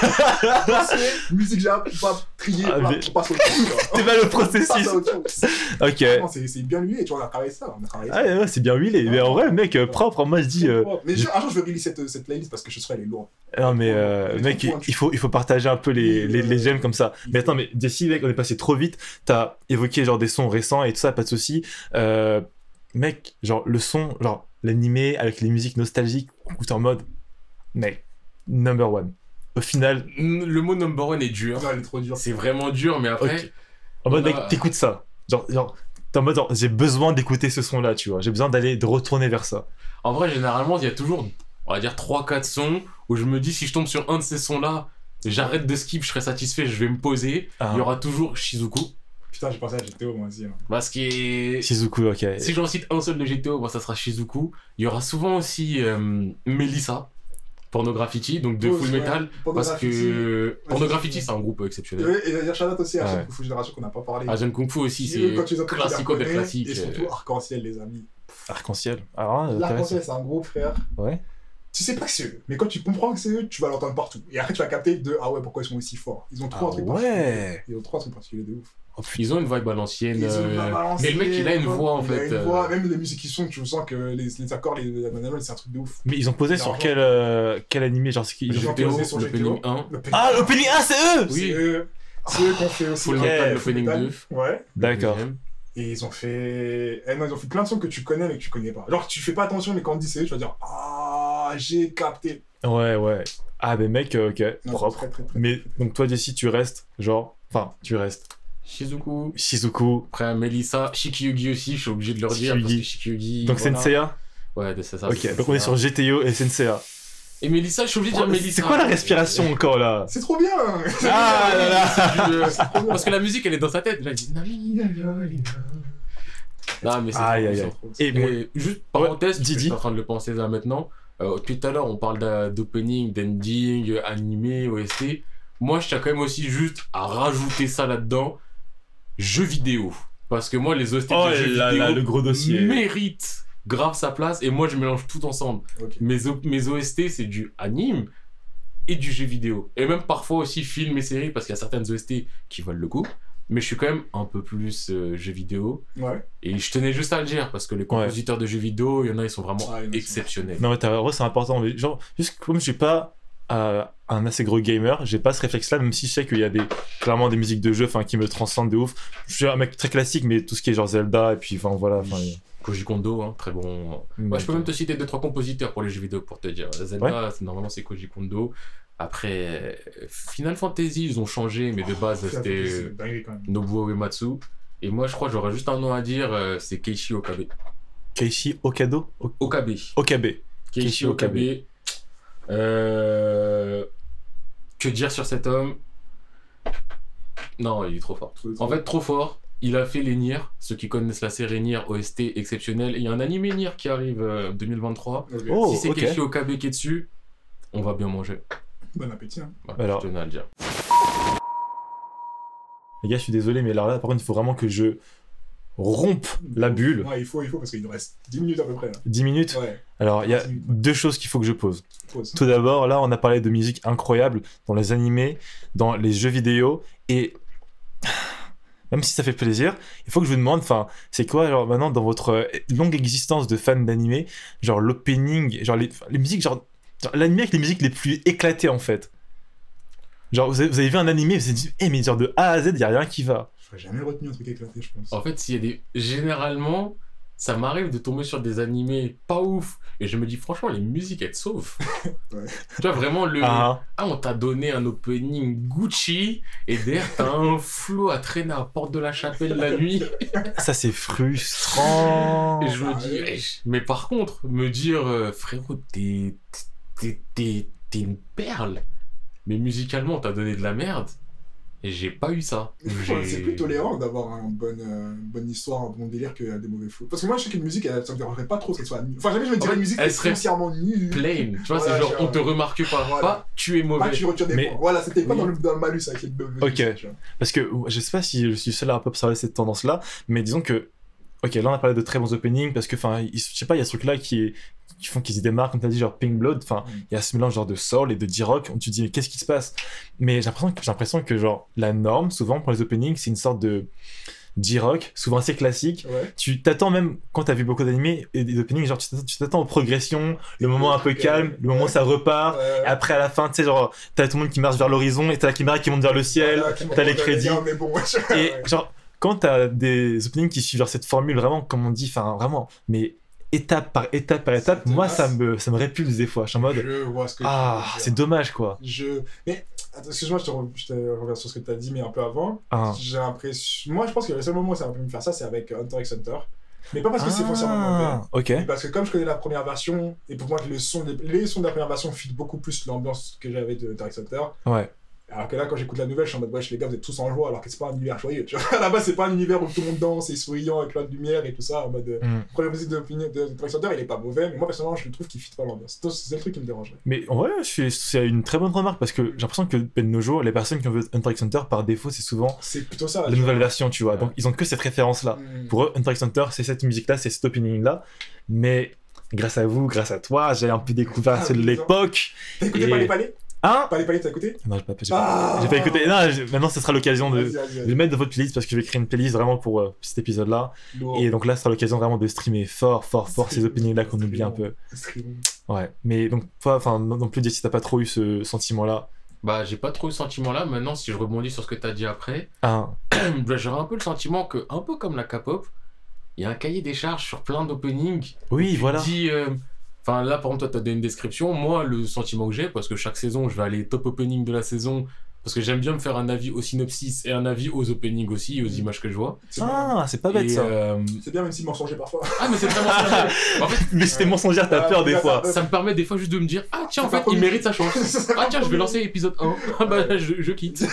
dossier, musique jap, bam, trier, Ah, bam, mais- on passe au truc. C'est pas le On passe processus. à autre chose. Ok. Non, c'est c'est bien huilé, tu vois, on a travaillé ça, on a travaillé ça. Ah ouais, c'est bien huilé. Mais en vrai, mec, euh, propre. Moi, je dis. euh, Mais je- un jour, je vais release cette, cette playlist parce que je serais elle est lourde. Non mais euh, Mais mec, trop il, pointu. il faut il faut partager un peu les Oui, les, euh, les gemmes comme ça. il Mais faut. attends, mais Jessie, mec, on est passé trop vite. T'as évoqué genre des sons récents et tout ça, pas de souci. Euh, mec, genre le son, genre l'animé avec les musiques nostalgiques, où t'es en mode, mec, number one. Au final, Le mot number one est dur. Non, elle est trop dure. C'est vraiment dur, mais après, ok. En mode, on a- mec, t'écoutes ça. Genre, genre, t'es en mode, genre, j'ai besoin d'écouter ce son-là, tu vois. J'ai besoin d'aller de retourner vers ça. en vrai, généralement, il y a toujours, on va dire, trois quatre sons où je me dis, si je tombe sur un de ces sons-là, j'arrête de skip, je serai satisfait, je vais me poser. Ah. Il y aura toujours Shizuku. Putain, j'ai pensé à G T O moi aussi. hein. Parce que Shizuku, ok. si j'en cite un seul de G T O, moi, ça sera Shizuku. Il y aura souvent aussi euh, Melissa, Pornograffiti, donc de Oh, Full ouais. Metal. Parce Pornograffiti. que Pornograffiti, Ouais, c'est un groupe exceptionnel. Et et d'ailleurs, shout-out aussi à Ouais. chaque Kung Fu Génération qu'on n'a pas parlé. Ah, Jeune Kung Fu aussi, Qui, eux, c'est quand tu les entends, tu les classico des reconnais, classiques. Et surtout euh. Arc-en-Ciel, les amis. Arc-en-ciel. Alors, là, intéressant. L'arc-en-ciel, c'est un groupe, frère. Ouais. Tu sais pas que c'est eux, mais quand tu comprends que c'est eux, tu vas l'entendre partout. Et après, tu vas capter de ah ouais, pourquoi ils sont aussi forts. Ils ont trop Ah un truc ouais. particulier. Ils ont trop un truc particulier de ouf. Oh, putain. Ils ont une vibe à l'ancienne. Ils ont euh, pas balancé, Mais le mec, il a une quoi. voix en Il fait. a une euh, voix, même les musiques qui sont, tu sens que les, les accords, les, les manuels, c'est un truc de ouf. Mais ils ont posé Il sur a quel, euh, quel animé, genre c'est qui ils Ils ont ont fait- G T O, posé sur le G T O. opening un. L'opening Ah, un. l'opening, ah c'est eux. Oui. C'est eux. C'est eux qui ont fait aussi. Full le- Metal, Full l'opening Metal. deux. Ouais. D'accord. Deuxième. Et ils ont fait. Eh non, ils ont fait plein de sons que tu connais mais que tu connais pas. Genre, tu fais pas attention, mais quand on dit c'est eux, tu vas dire ah, j'ai capté. Ouais, ouais. Ah, mais mec, euh, ok, Non, propre. très, très, très. Mais donc, toi, Jessie, tu restes, genre, enfin, tu restes. Shizuku. Shizuku, Après, Melissa. Shikyugi aussi, je suis obligé de leur dire. Parce que Shikyugi. Shikyugi. donc voilà. Senseiya. Ouais, c'est ça. Ok, c'est donc on est ça. sur G T O et Senseiya. Et Melissa, je suis obligé de dire Melissa. C'est quoi la respiration encore là? C'est trop bien. Ah là là. C'est du, euh, C'est trop bien. Parce que la musique, elle est dans sa tête. Là, il dit Nami, Nami, Nami. Non, mais c'est Aïe, trop aïe, bien. aïe. C'est Et bon, Et juste parenthèse, parce que Didi. je suis en train de le penser là maintenant. Euh, tout à l'heure, on parle d'a- d'opening, d'ending, euh, animé, O S T. Moi, je tiens quand même aussi juste à rajouter ça là-dedans. Jeux vidéo. Parce que moi, les O S T oh de jeux là vidéo là, le gros dossier. méritent grave sa place. Et moi, je mélange tout ensemble. Ok. Mes, O- mes O S T, c'est du anime et du jeu vidéo. Et même parfois aussi film et série, parce qu'il y a certaines O S T qui valent le coup. Mais je suis quand même un peu plus euh, jeu vidéo. Ouais. Et je tenais juste à le dire, parce que les compositeurs de jeux vidéo, il y en a, ils sont vraiment Ah, il y en a, ils sont- exceptionnels. Non, mais t'as vrai, c'est important. Mais genre, juste comme j'ai pas euh, un assez gros gamer, j'ai pas ce réflexe-là, même si je sais qu'il y a des, clairement des musiques de jeu qui me transcendent de ouf. Je suis un mec très classique, mais tout ce qui est genre Zelda, et puis enfin voilà. enfin, Koji Kondo, hein, très bon. Mm. Ouais, je peux même te citer deux trois compositeurs pour les jeux vidéo pour te dire. Zelda, Ouais. c'est, normalement c'est Koji Kondo. Après, Final Fantasy, ils ont changé, mais de base c'était C'est dingue quand même. Nobuo Uematsu. Et moi, je crois que j'aurais juste un nom à dire, euh, c'est Keiichi Okabe. Keiichi Okado O- Okabe. Okabe. Keiichi Keiichi Okabe. Okabe. Euh... Que dire sur cet homme? Non, il est trop fort. Trop, trop En fait, trop fort. Il a fait les Nier. Ceux qui connaissent la série Nier, O S T exceptionnel. Et il y a un animé Nier qui arrive euh, deux mille vingt-trois. Ok. Oh, si c'est ok. Keiichi Okabe qui est dessus, on va bien manger. Bon appétit. Hein. Voilà, Alors. je tenais à le dire. Les gars, je suis désolé, mais alors là, par contre, il faut vraiment que je rompe la bulle. Ouais, il faut, il faut, parce qu'il nous reste dix minutes à peu près. Là. dix minutes. Ouais, Alors, il y a dix minutes. deux choses qu'il faut que je pose. Pause. Tout d'abord, là, on a parlé de musique incroyable dans les animés, dans les jeux vidéo, et même si ça fait plaisir, il faut que je vous demande, enfin, c'est quoi, genre, maintenant, dans votre euh, longue existence de fan d'animé, genre l'opening, genre les, les musiques, genre, genre l'animé avec les musiques les plus éclatées, en fait. Genre, vous avez, vous avez vu un animé, vous vous êtes dit, eh, mais genre de A à Z, il n'y a rien qui va. J'aurais jamais retenu un truc éclaté, je pense. En fait, s'il y a des... Généralement, ça m'arrive de tomber sur des animés pas ouf. Et je me dis, franchement, les musiques, elles te sauvent. Ouais. Tu vois, vraiment, le... Ah, Ah, on t'a donné un opening Gucci, et derrière, t'as un flow à traîner à Porte de la Chapelle la nuit. ça, c'est frustrant. Et je me Ah, dis, ouais. wesh. Mais par contre, me dire, euh, frérot, t'es, t'es, t'es, t'es une perle, mais musicalement, on t'a donné de la merde, et j'ai pas eu ça. J'ai- C'est plus tolérant d'avoir un bon, euh, une bonne histoire, un bon délire que des mauvais flots. Parce que moi, je sais qu'une musique, elle, ça me dérangerait pas trop qu'elle soit nulle. Enfin, jamais je me En dirais fait, une musique elle est serait foncièrement nulle. Plain, tu vois, Voilà, c'est genre, genre, on te remarque pas, voilà. pas, tu es mauvais. Pas que tu retires des Mais- points. Voilà, c'était pas Oui. dans, le, dans le malus avec les deux. Ok. Parce que je sais pas si je suis seul à un peu observer cette tendance-là, mais disons que, ok, là on a parlé de très bons openings parce que, enfin, je sais pas, il y a ce truc-là qui, est, qui font qu'ils se démarquent, comme t'as dit, genre Pink Blood, enfin, il Mm. y a ce mélange genre de soul et de D-rock, où tu te dis, mais qu'est-ce qui se passe? Mais j'ai l'impression que, j'ai l'impression que, genre, la norme, souvent pour les openings, c'est une sorte de D-rock, souvent assez classique. Ouais. Tu t'attends même, quand t'as vu beaucoup d'animés et des openings, genre, tu t'attends, tu t'attends aux progressions, le moment un peu Ok, calme, le moment où ouais. ça repart. Ouais. Et après, à la fin, tu sais, genre, t'as tout le monde qui marche vers l'horizon et t'as la caméra qui monte vers le ciel, Voilà, qui me t'as les regarde, crédits. gars, mais bon, ouais, Et ouais. genre, quand t'as des openings qui suivent genre cette formule vraiment, comme on dit, enfin vraiment, mais étape par étape par étape, Ça moi te ça lasse. me, ça me répulse des fois. Je suis en mode, Je vois ce que ah, tu veux c'est dire. dommage quoi. Je... Mais, attends, excuse-moi, je te, re- je te reviens sur ce que tu as dit, mais un peu avant. Ah. J'ai l'impression... Moi, je pense que le seul moment où ça va me faire ça, c'est avec Hunter x Hunter. Mais pas parce que c'est foncièrement mauvais. Ah, ok. Mais parce que comme je connais la première version, et pour moi, que le son des- les sons de la première version fit beaucoup plus l'ambiance que j'avais de Hunter x Hunter. Ouais. Alors que là, quand j'écoute la nouvelle, je suis en mode, wesh, les gars, vous êtes tous en joie, alors que c'est pas un univers joyeux. Tu vois, à la base, c'est pas un univers où tout le monde danse et souriant avec plein de lumière et tout ça. En mode, euh, Mm. le premier musique de, de Hunter x Hunter, il est pas mauvais, mais moi, personnellement, je le trouve qu'il fit pas l'ambiance. Donc, c'est le truc qui me dérangerait. Mais en vrai, c'est c'est une très bonne remarque parce que j'ai l'impression que de nos jours, les personnes qui ont vu Hunter x Hunter par défaut, c'est souvent C'est plutôt ça. la tu nouvelle vois. version, tu vois. Donc ils ont que cette référence-là. Mm. Pour eux, Hunter x Hunter, c'est cette musique-là, c'est cet opening-là. Mais grâce à vous, grâce à toi, j'ai un peu découvert Ah, celle de oui, l'époque. T'as écouté Et- Palais Palais Hein Palais Palais, t'as écouté Non, j'ai pas, j'ai pas, Ah j'ai pas écouté. Non, j'ai- maintenant, ce sera l'occasion de. Vas-y, vas-y, Je vais vas-y. le mettre dans votre playlist parce que je vais créer une playlist vraiment pour euh, cet épisode-là. Lourd. Et donc là, ce sera l'occasion vraiment de streamer fort, fort, fort ces Stream, openings-là qu'on oublie un stream. peu. Stream. Ouais. Mais donc, toi, enfin, non non plus, si t'as pas trop eu ce sentiment-là. Bah, j'ai pas trop eu ce sentiment-là. Maintenant, si je rebondis sur ce que t'as dit après, Ah, bah, j'aurais un peu le sentiment que, un peu comme la K-pop, il y a un cahier des charges sur plein d'openings. oui, Tu voilà. te dis, euh, enfin là, par exemple, toi, t'as donné une description. Moi, le sentiment que j'ai, parce que chaque saison, je vais aller top opening de la saison, parce que j'aime bien me faire un avis au synopsis et un avis aux openings aussi, aux Mm. images que je vois. C'est bien. Ah, c'est pas bête Et, ça. euh, C'est bien, même si mensonger parfois. Ah, mais c'est très mensonger. En fait, Mais c'était mensongère, t'as Ah, peur mais des là, fois. ça- ça me permet des fois juste de me dire, ah tiens, en Ça fait, fait il pas mérite sa chance. Ça Ah tiens, je vais fait lancer épisode un. Ah bah, je, je quitte.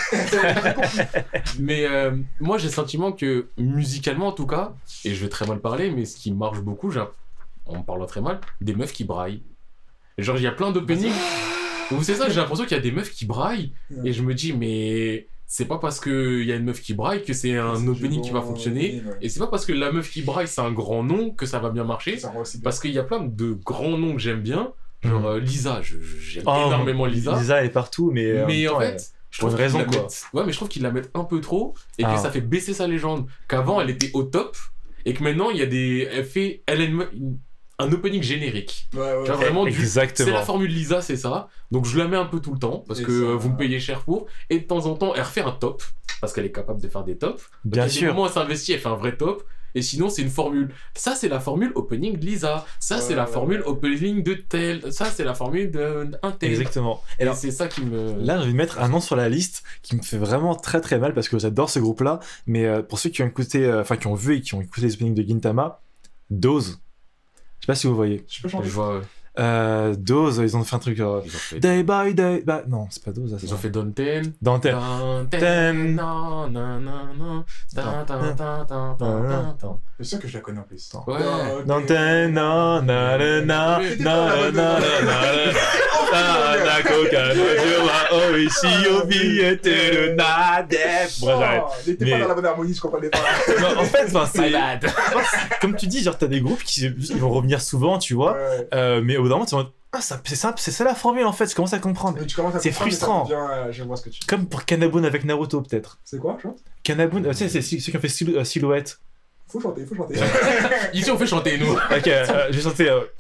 Mais euh, moi, j'ai le sentiment que, musicalement en tout cas, et je vais très mal parler, mais ce qui marche beaucoup, j'ai- on parle très mal, des meufs qui braillent. Genre, il y a plein d'openings où c'est ça, j'ai l'impression qu'il y a des meufs qui braillent, et je me dis, mais c'est pas parce qu'il y a une meuf qui braille que c'est un C'est du opening qui va bon fonctionner, opening, ouais. et c'est pas parce que la meuf qui braille, c'est un grand nom que ça va bien marcher, Ça rend aussi bien. parce qu'il y a plein de grands noms que j'aime bien, genre Mm. euh, Lisa, je- je- j'aime Oh, énormément Lisa. Lisa est partout, mais. euh, Mais même en temps, fait, je pour trouve une raison, qu'ils la quoi. mettent- Ouais, mais je trouve qu'ils la mettent un peu trop et Ah. que ça fait baisser sa légende. Qu'avant, elle était au top et que maintenant, il y a des. Elle fait. Elle a une- une- un opening générique. Ouais, ouais, Tu vois, ouais. vraiment, du- Exactement. C'est la formule Lisa, c'est ça. Donc je la mets un peu tout le temps parce Et que ça- euh, vous me payez cher pour. Et de temps en temps, elle refait un top parce qu'elle est capable de faire des tops. Donc, Bien il y a des sûr. moments où elle s'investit, elle fait un vrai top. Et sinon, c'est une formule. Ça, c'est la formule opening de Lisa. Ça, Ouais, c'est la ouais, formule ouais. opening de tel. Ça, c'est la formule d'un tel. Exactement. Et Et alors, c'est ça qui me. là, je vais mettre un nom sur la liste qui me fait vraiment très très mal parce que j'adore ce groupe-là. Mais euh, pour ceux qui ont écouté, euh, enfin qui ont vu et qui ont écouté les openings de Gintama, Dose. Je sais pas si vous voyez. Je peux je changer. vois. Euh, Dose, ils ont fait un truc. Euh, Ils ont fait. day by day. Bah non, c'est pas Dose. Ça, Ils ont fait Danten. Dante. Danten. Non, non, non, non. Tan, tan, tan, tan, tan, tan. C'est sûr que je la connais en plus. Ouais. Euh, Dante, non, na, na, na, C'était na, pas na, la bonne na, note. na, na, na, coca, no, je wa oishi obi ete na def. Bon, j'arrête. Oh, il était Mais- pas dans la bonne harmonie, je comprenais pas. Non, en fait, enfin, c'est. Malade. Comme tu dis, genre, t'as des groupes qui ils vont revenir souvent, tu vois. Ouais. Euh, mais au bout d'un moment, tu vas en mode, ah, ça- c'est simple, c'est ça la formule en fait, je commence à comprendre. Mais tu commences à C'est comprendre, mais ça frustrant. devient, euh, je vois ce que tu. Comme pour Kanabun avec Naruto, peut-être. C'est quoi, chante? Kanabun, euh, tu sais, c'est ceux qui ont fait Sil- euh, Silhouette. Faut chanter, faut chanter. Ici, on fait chanter, nous. Ok, euh, je vais chanter. Euh...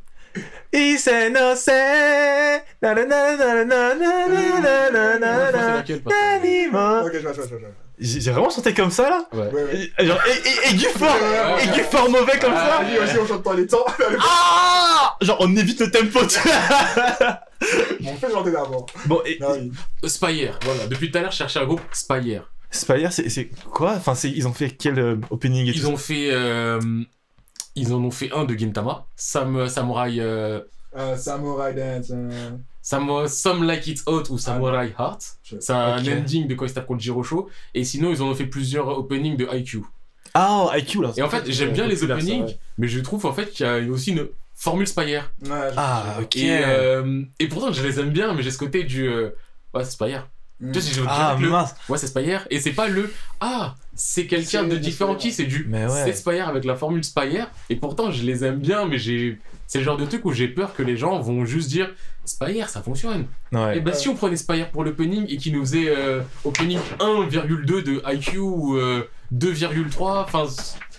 Ise no se, na na na na na na na na na C'est na laquelle, parce que- Nanimo. Ok, je vois, je vois, je vois. J'ai j'ai vraiment chanté comme ça là. Ouais. Ouais, ouais. Et- Genre, et- et- aigu fort, Ouais, aigu fort mauvais comme Ah, ça. Lui aussi, on chante pas les temps. Ah genre, on évite le tempo. tu vois. On fait chanter d'abord. Bon, et Non, oui. Spire, voilà. Depuis tout à l'heure, je cherchais un groupe Spire. Spire, c'est c'est quoi? Enfin, c'est- ils ont fait quel euh, opening et tout Ils ont fait. euh, Ils en ont fait un de Gintama. Sam, Samurai. euh, Euh, Samurai Dance. euh, Sam- Some Like It's Hot ou Samurai Heart. je- C'est un Ok. ending de quand il tape contre Jirosho. Et sinon, ils en ont fait plusieurs openings de I Q. Ah, I Q là. Et en fait, j'aime bien les Populaire, ça, openings, ouais. mais je trouve en fait qu'il y a aussi une formule Spire. Ouais, je- Ah, je- ok. Et, euh, et pourtant, je les aime bien, mais j'ai ce côté du. euh, Ouais, c'est Spire. Mm. Tu sais, je veux Ah, direct le. mince. Ouais, c'est Spire. Et c'est pas le. Ah, c'est quelqu'un C'est de de différent Spire. qui, c'est du. Mais ouais. C'est Spire avec la formule Spire. Et pourtant, je les aime bien, mais j'ai. C'est le genre de truc où j'ai peur que les gens vont juste dire Spire, ça fonctionne. Ouais. Et bah, Ouais. si on prenait Spire pour l'opening et qu'il nous faisait euh, opening un virgule deux de I Q ou euh, deux virgule trois, enfin,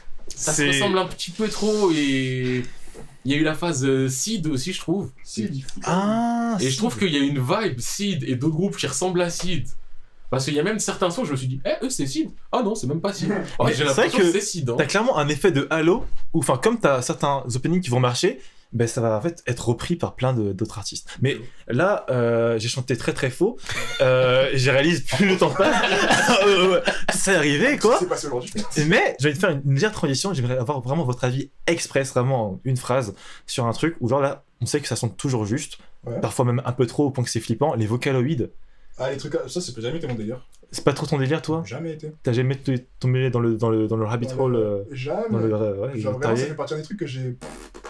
ça se C'est- ressemble un petit peu trop. Et il y a eu la phase euh, Seed aussi, je trouve. Si, il fout. Ah, Et je si. trouve qu'il y a une vibe Seed et d'autres groupes qui ressemblent à Seed. Parce qu'il y a même certains sons, je me suis dit, eh, eux, c'est Seed. Ah non, c'est même pas Seed. Oh, Mais j'ai c'est l'impression vrai que que c'est Seed. Hein. T'as clairement un effet de halo, où, enfin, comme t'as certains openings qui vont marcher, ben ça va en fait être repris par plein de- d'autres artistes. Mais là, euh, j'ai chanté très très faux, euh, j'ai réalisé plus le temps passe, Euh, ça est arrivé quoi. C'est passé aujourd'hui. Mais je vais te faire une légère transition, j'aimerais avoir vraiment votre avis express, vraiment en une phrase, sur un truc où genre là, on sait que ça sonne toujours juste, Ouais. parfois même un peu trop au point que c'est flippant, les vocaloïdes. Ah, les trucs, ça, ça peut jamais été mon délire. C'est pas trop ton délire toi? Jamais été. T'as jamais t- tombé dans le, dans le, dans le rabbit Dans hole le- euh, Jamais. dans le, euh, ouais, Genre, le vraiment, ça terrier? fait partie des trucs que j'ai.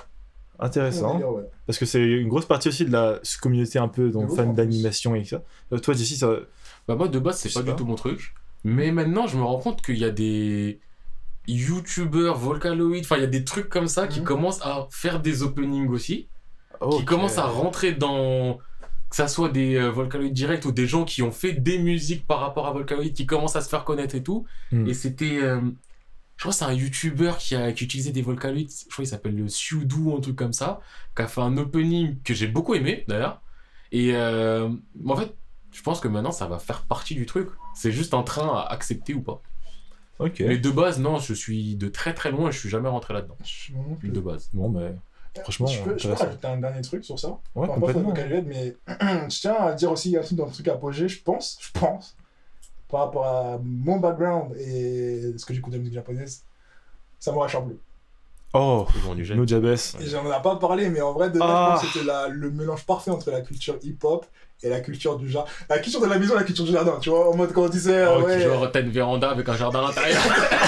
Mon Intéressant. délire, ouais. Parce que c'est une grosse partie aussi de la communauté un peu De donc ouf, en fan plus. d'animation et ça. Euh, toi, Jessie, ça. Bah, moi, de base, c'est Je pas sais du pas. tout mon truc. Mais maintenant, je me rends compte qu'il y a des youtubeurs Vocaloid, enfin, il y a des trucs comme ça qui Mhm. commencent à faire des openings aussi. Oh, Qui commencent à rentrer dans. Que ça soit des euh, Vocaloid directs ou des gens qui ont fait des musiques par rapport à Vocaloid qui commencent à se faire connaître et tout. Mm. Et c'était. euh, Je crois que c'est un youtubeur qui, a, qui utilisait des Vocaloid, je crois qu'il s'appelle le Siudu, un truc comme ça, qui a fait un opening que j'ai beaucoup aimé d'ailleurs. Et euh, en fait, je pense que maintenant ça va faire partie du truc. C'est juste un train à accepter ou pas. Ok. Mais de base, non, je suis de très très loin et je suis jamais rentré là-dedans. Je- moi non plus. De base. Bon, bah. franchement, je peux, je peux intéressant. rajouter un dernier truc sur ça. Ouais, Par rapport à complètement. Vocaloid, mais je tiens à dire aussi un truc dans le truc apogée, je pense, je pense, par rapport à mon background et ce que j'écoute de la musique japonaise, Samurai Champloo. Oh, Toujours du gène. no Jabes. Et j'en ai pas parlé, mais en vrai, de Ah. je pense que c'était la- le mélange parfait entre la culture hip-hop et la culture du jardin. La culture de la maison et la culture du jardin, tu vois, en mode quand on disait, Oh, euh, ouais, Genre, t'as une véranda avec un jardin à l'intérieur.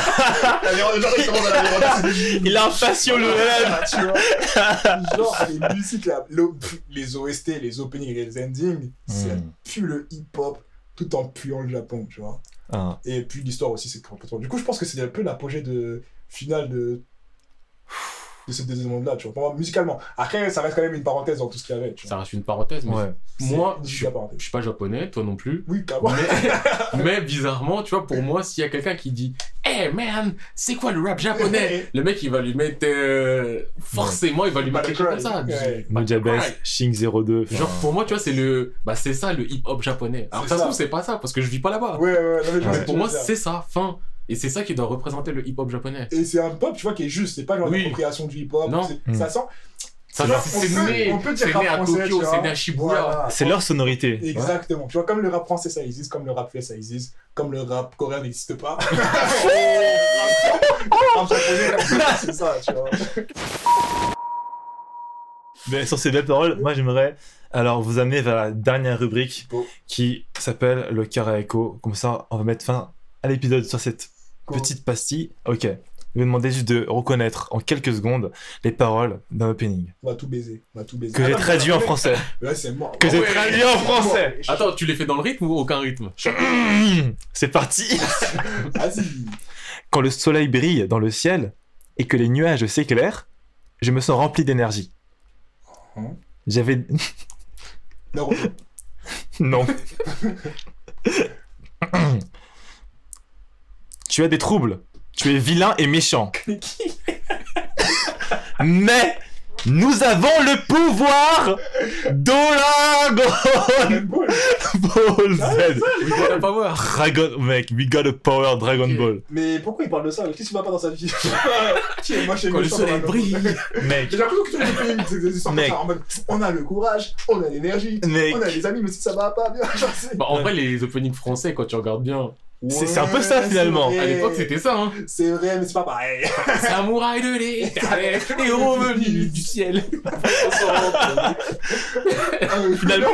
la véranda, genre, justement, dans la véranda, c'est des- Il a un facio le rêve. tu vois. Genre, les musiques, là, le- pff, les O S T, les openings et les endings, ça Mm. pue le hip-hop tout en puant le Japon, tu vois. Ah. Et puis l'histoire aussi, c'est complètement. Du coup, je pense que c'est un peu l'apogée de finale de de ce deuxième monde-là, tu vois. Pour moi, musicalement. Après, ça reste quand même une parenthèse dans tout ce qu'il y avait, tu vois. Ça reste une parenthèse, mais Ouais. moi, C'est je une suis, parenthèse. je suis pas japonais, toi non plus. Oui, carrément. Mais, mais bizarrement, tu vois, pour moi, s'il y a quelqu'un qui dit Hey man, c'est quoi le rap japonais? Le mec, il va lui mettre. euh, forcément, il va lui mettre quelque chose comme ça. Ouais. No Jabes, Ouais. Shing zéro deux. enfin, Genre, pour moi, tu vois, c'est le. Bah, c'est ça le hip-hop japonais. Alors, C'est ça se ça. trouve, c'est pas ça, parce que je vis pas là-bas. Ouais, ouais, ouais, non, mais je vois Ouais. ce que tu Pour veux moi, dire. c'est ça. Fin. Et c'est ça qui doit représenter le hip-hop japonais. Et c'est un pop, tu vois, qui est juste. C'est pas genre Oui. l'appropriation du hip-hop. Non. C'est- Mm. Ça sent. Ça, Tu vois, c'est on c'est peut- né, on peut dire c'est rap né à français, Tokyo, tu c'est vois. né à Shibuya. Voilà. C'est leur sonorité. Exactement. Tu vois, comme le rap français, ça existe, comme le rap fait, ça existe, comme le rap coréen n'existe pas. Le rap japonais, c'est ça, tu vois. Mais sur ces belles paroles, moi j'aimerais alors vous amener vers la dernière rubrique Go. qui s'appelle le karaéko. Comme ça, on va mettre fin à l'épisode sur cette Go. petite pastille. Ok. Je vais demander juste de reconnaître en quelques secondes les paroles d'un opening On va tout baiser. On va tout baiser. que j'ai Attends, traduit en mais- français. Là, c'est mort. Que Ah j'ai ouais. traduit en français. Attends, tu les fais dans le rythme ou aucun rythme? C'est parti. Vas-y. Quand le soleil brille dans le ciel et que les nuages s'éclairent, je me sens rempli d'énergie. Hein J'avais... Non, Non. Tu as des troubles. Tu es vilain et méchant. Mais nous avons le pouvoir Dragon Ball. Ball Z. Oui, t'as pas voir. Dragon... Mec, we got a power Dragon Ok. Ball. Mais pourquoi il parle de ça? Qu'est-ce qui va pas dans sa vie? Qui est moche et Quand le méchant soleil dans la- brille. Mec, J'ai l'impression que tous les pays ils- ils sortent Mec. ça en mode on a le courage, on a l'énergie, mec. on a les amis, mais si ça va pas bien, genre, c'est- Bah, en vrai, les openings français, quand tu regardes bien, C'est- c'est un peu ça, Ouais, finalement. c'est vrai. à l'époque, c'était ça, hein. C'est vrai, mais c'est pas pareil. Samouraï de l'éternel est revenu du ciel. Finalement,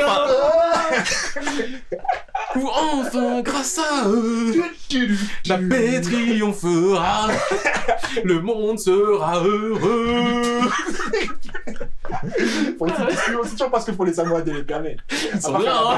Ou enfin, grâce à eux, la paix triomphera. Le monde sera heureux. Pour les petits tuyaux, c'est toujours parce que pour les samouraïs de l'éternel. Ils sont là, hein.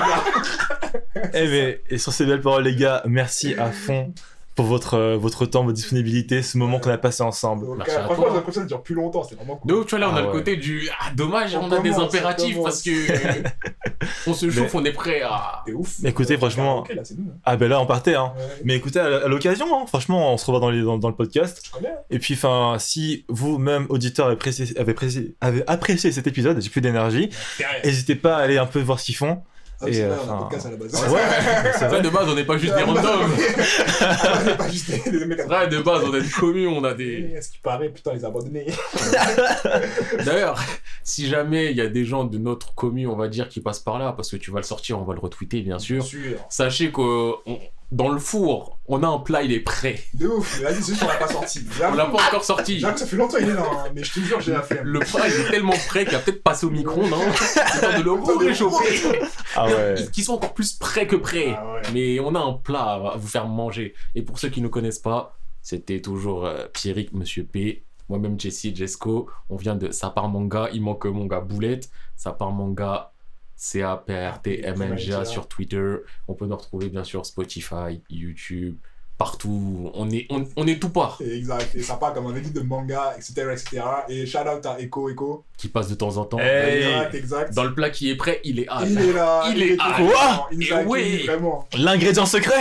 Eh mais, et sur ces belles paroles, les gars, merci à fond pour votre, euh, votre temps, votre disponibilité, ce moment qu'on a passé ensemble. Donc, Merci euh, à franchement, toi. j'ai l'impression que ça dure plus longtemps, c'est vraiment cool. Donc, tu vois, là, on Ah a le ouais. côté du ah, dommage, On on, a des commence, on impératifs commence. parce que on se chauffe, on est prêt à. C'est ouf. Mais écoutez, Euh, franchement- Ok, là, c'est nous. hein. Ah ben là, on partait, hein. Ouais. Mais écoutez, à, à l'occasion, hein, franchement, on se revoit dans, les, dans, dans le podcast. Je connais. hein. Et puis, enfin, si vous-même, auditeurs, avez apprécié, avez, apprécié, avez apprécié cet épisode, j'ai plus d'énergie, Derrière. n'hésitez pas à aller un peu voir ce qu'ils font. Ah, oui, et, c'est vrai, euh, on a un enfin, podcast à la base. Ouais, c'est En fait, vrai. de base, on n'est pas juste des Ah, randoms. Ah, on n'est pas juste des des mecs à Vrai, de base, on a une commune, on a des. Est-ce qu'il paraît, putain, les abandonnés. D'ailleurs, si jamais il y a des gens de notre commune, on va dire, qui passent par là, parce que tu vas le sortir, on va le retweeter, bien sûr. sûr. Sachez que on- dans le four, on a un plat, il est prêt. De ouf, mais vas-y, c'est juste qu'on l'a pas sorti. On l'a pas encore sorti. J'avoue que ça fait longtemps qu'il est là, hein, mais je te jure, j'ai la flemme. Le plat, il est tellement prêt qu'il a peut-être passé au micro-ondes, hein. C'est temps de le Attends, mais- réchauffer. Ah ouais. Qui sont encore plus prêts que prêts. Ah ouais. Mais on a un plat à vous faire manger. Et pour ceux qui ne connaissent pas, c'était toujours euh, Pierrick, Monsieur P, moi-même Jessie, Jesco. On vient de Ça part manga, il manque mon gars Boulette. Ça part manga, C A P R T M N G A sur Twitter. On peut nous retrouver bien sûr Spotify, YouTube, partout. On est, on, on est tout part. Exact, et ça part comme un édit de manga, et cetera, et cetera. Et shout out à Echo Echo. Qui passe de temps en temps. Hey. Exact, exact. Dans le plat qui est prêt, il est hâte. Il est là. Il est était à- présent, Quoi Il nous Et a accueillis, ouais. vraiment. L'ingrédient secret.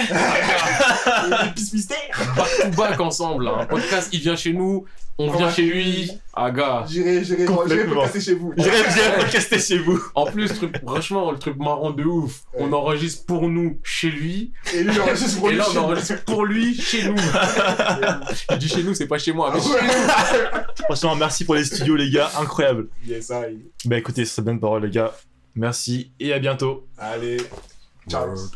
Épice mystère. Back to back ensemble. Un podcast, il vient chez nous, on On vient va chez chez lui. lui. Ah gars. J'irai, j'irai, j'irai Complètement. podcaster chez vous. J'irai bien podcaster chez vous. En plus, truc, franchement, le truc marrant de ouf, Ouais. on enregistre pour nous chez lui, Et lui, il enregistre pour et lui là chez on nous. enregistre pour lui chez nous. Je dis chez nous, c'est pas chez moi, mais Ah ouais. chez nous. Franchement, merci pour les studios, les gars. Incroyable. Yes, I. Bah écoutez, sur ces bonnes paroles, les gars. Merci et à bientôt. Allez. Ciao. Word.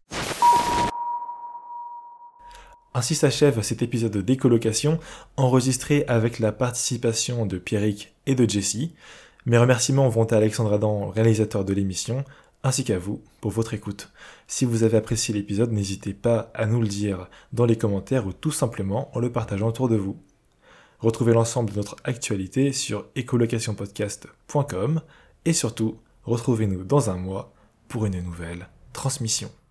Ainsi s'achève cet épisode de Décolocation, enregistré avec la participation de Pierrick et de Jessie. Mes remerciements vont à Alexandre Adam, réalisateur de l'émission, ainsi qu'à vous pour votre écoute. Si vous avez apprécié l'épisode, n'hésitez pas à nous le dire dans les commentaires ou tout simplement en le partageant autour de vous. Retrouvez l'ensemble de notre actualité sur écolocation podcast point com et surtout, retrouvez-nous dans un mois pour une nouvelle transmission.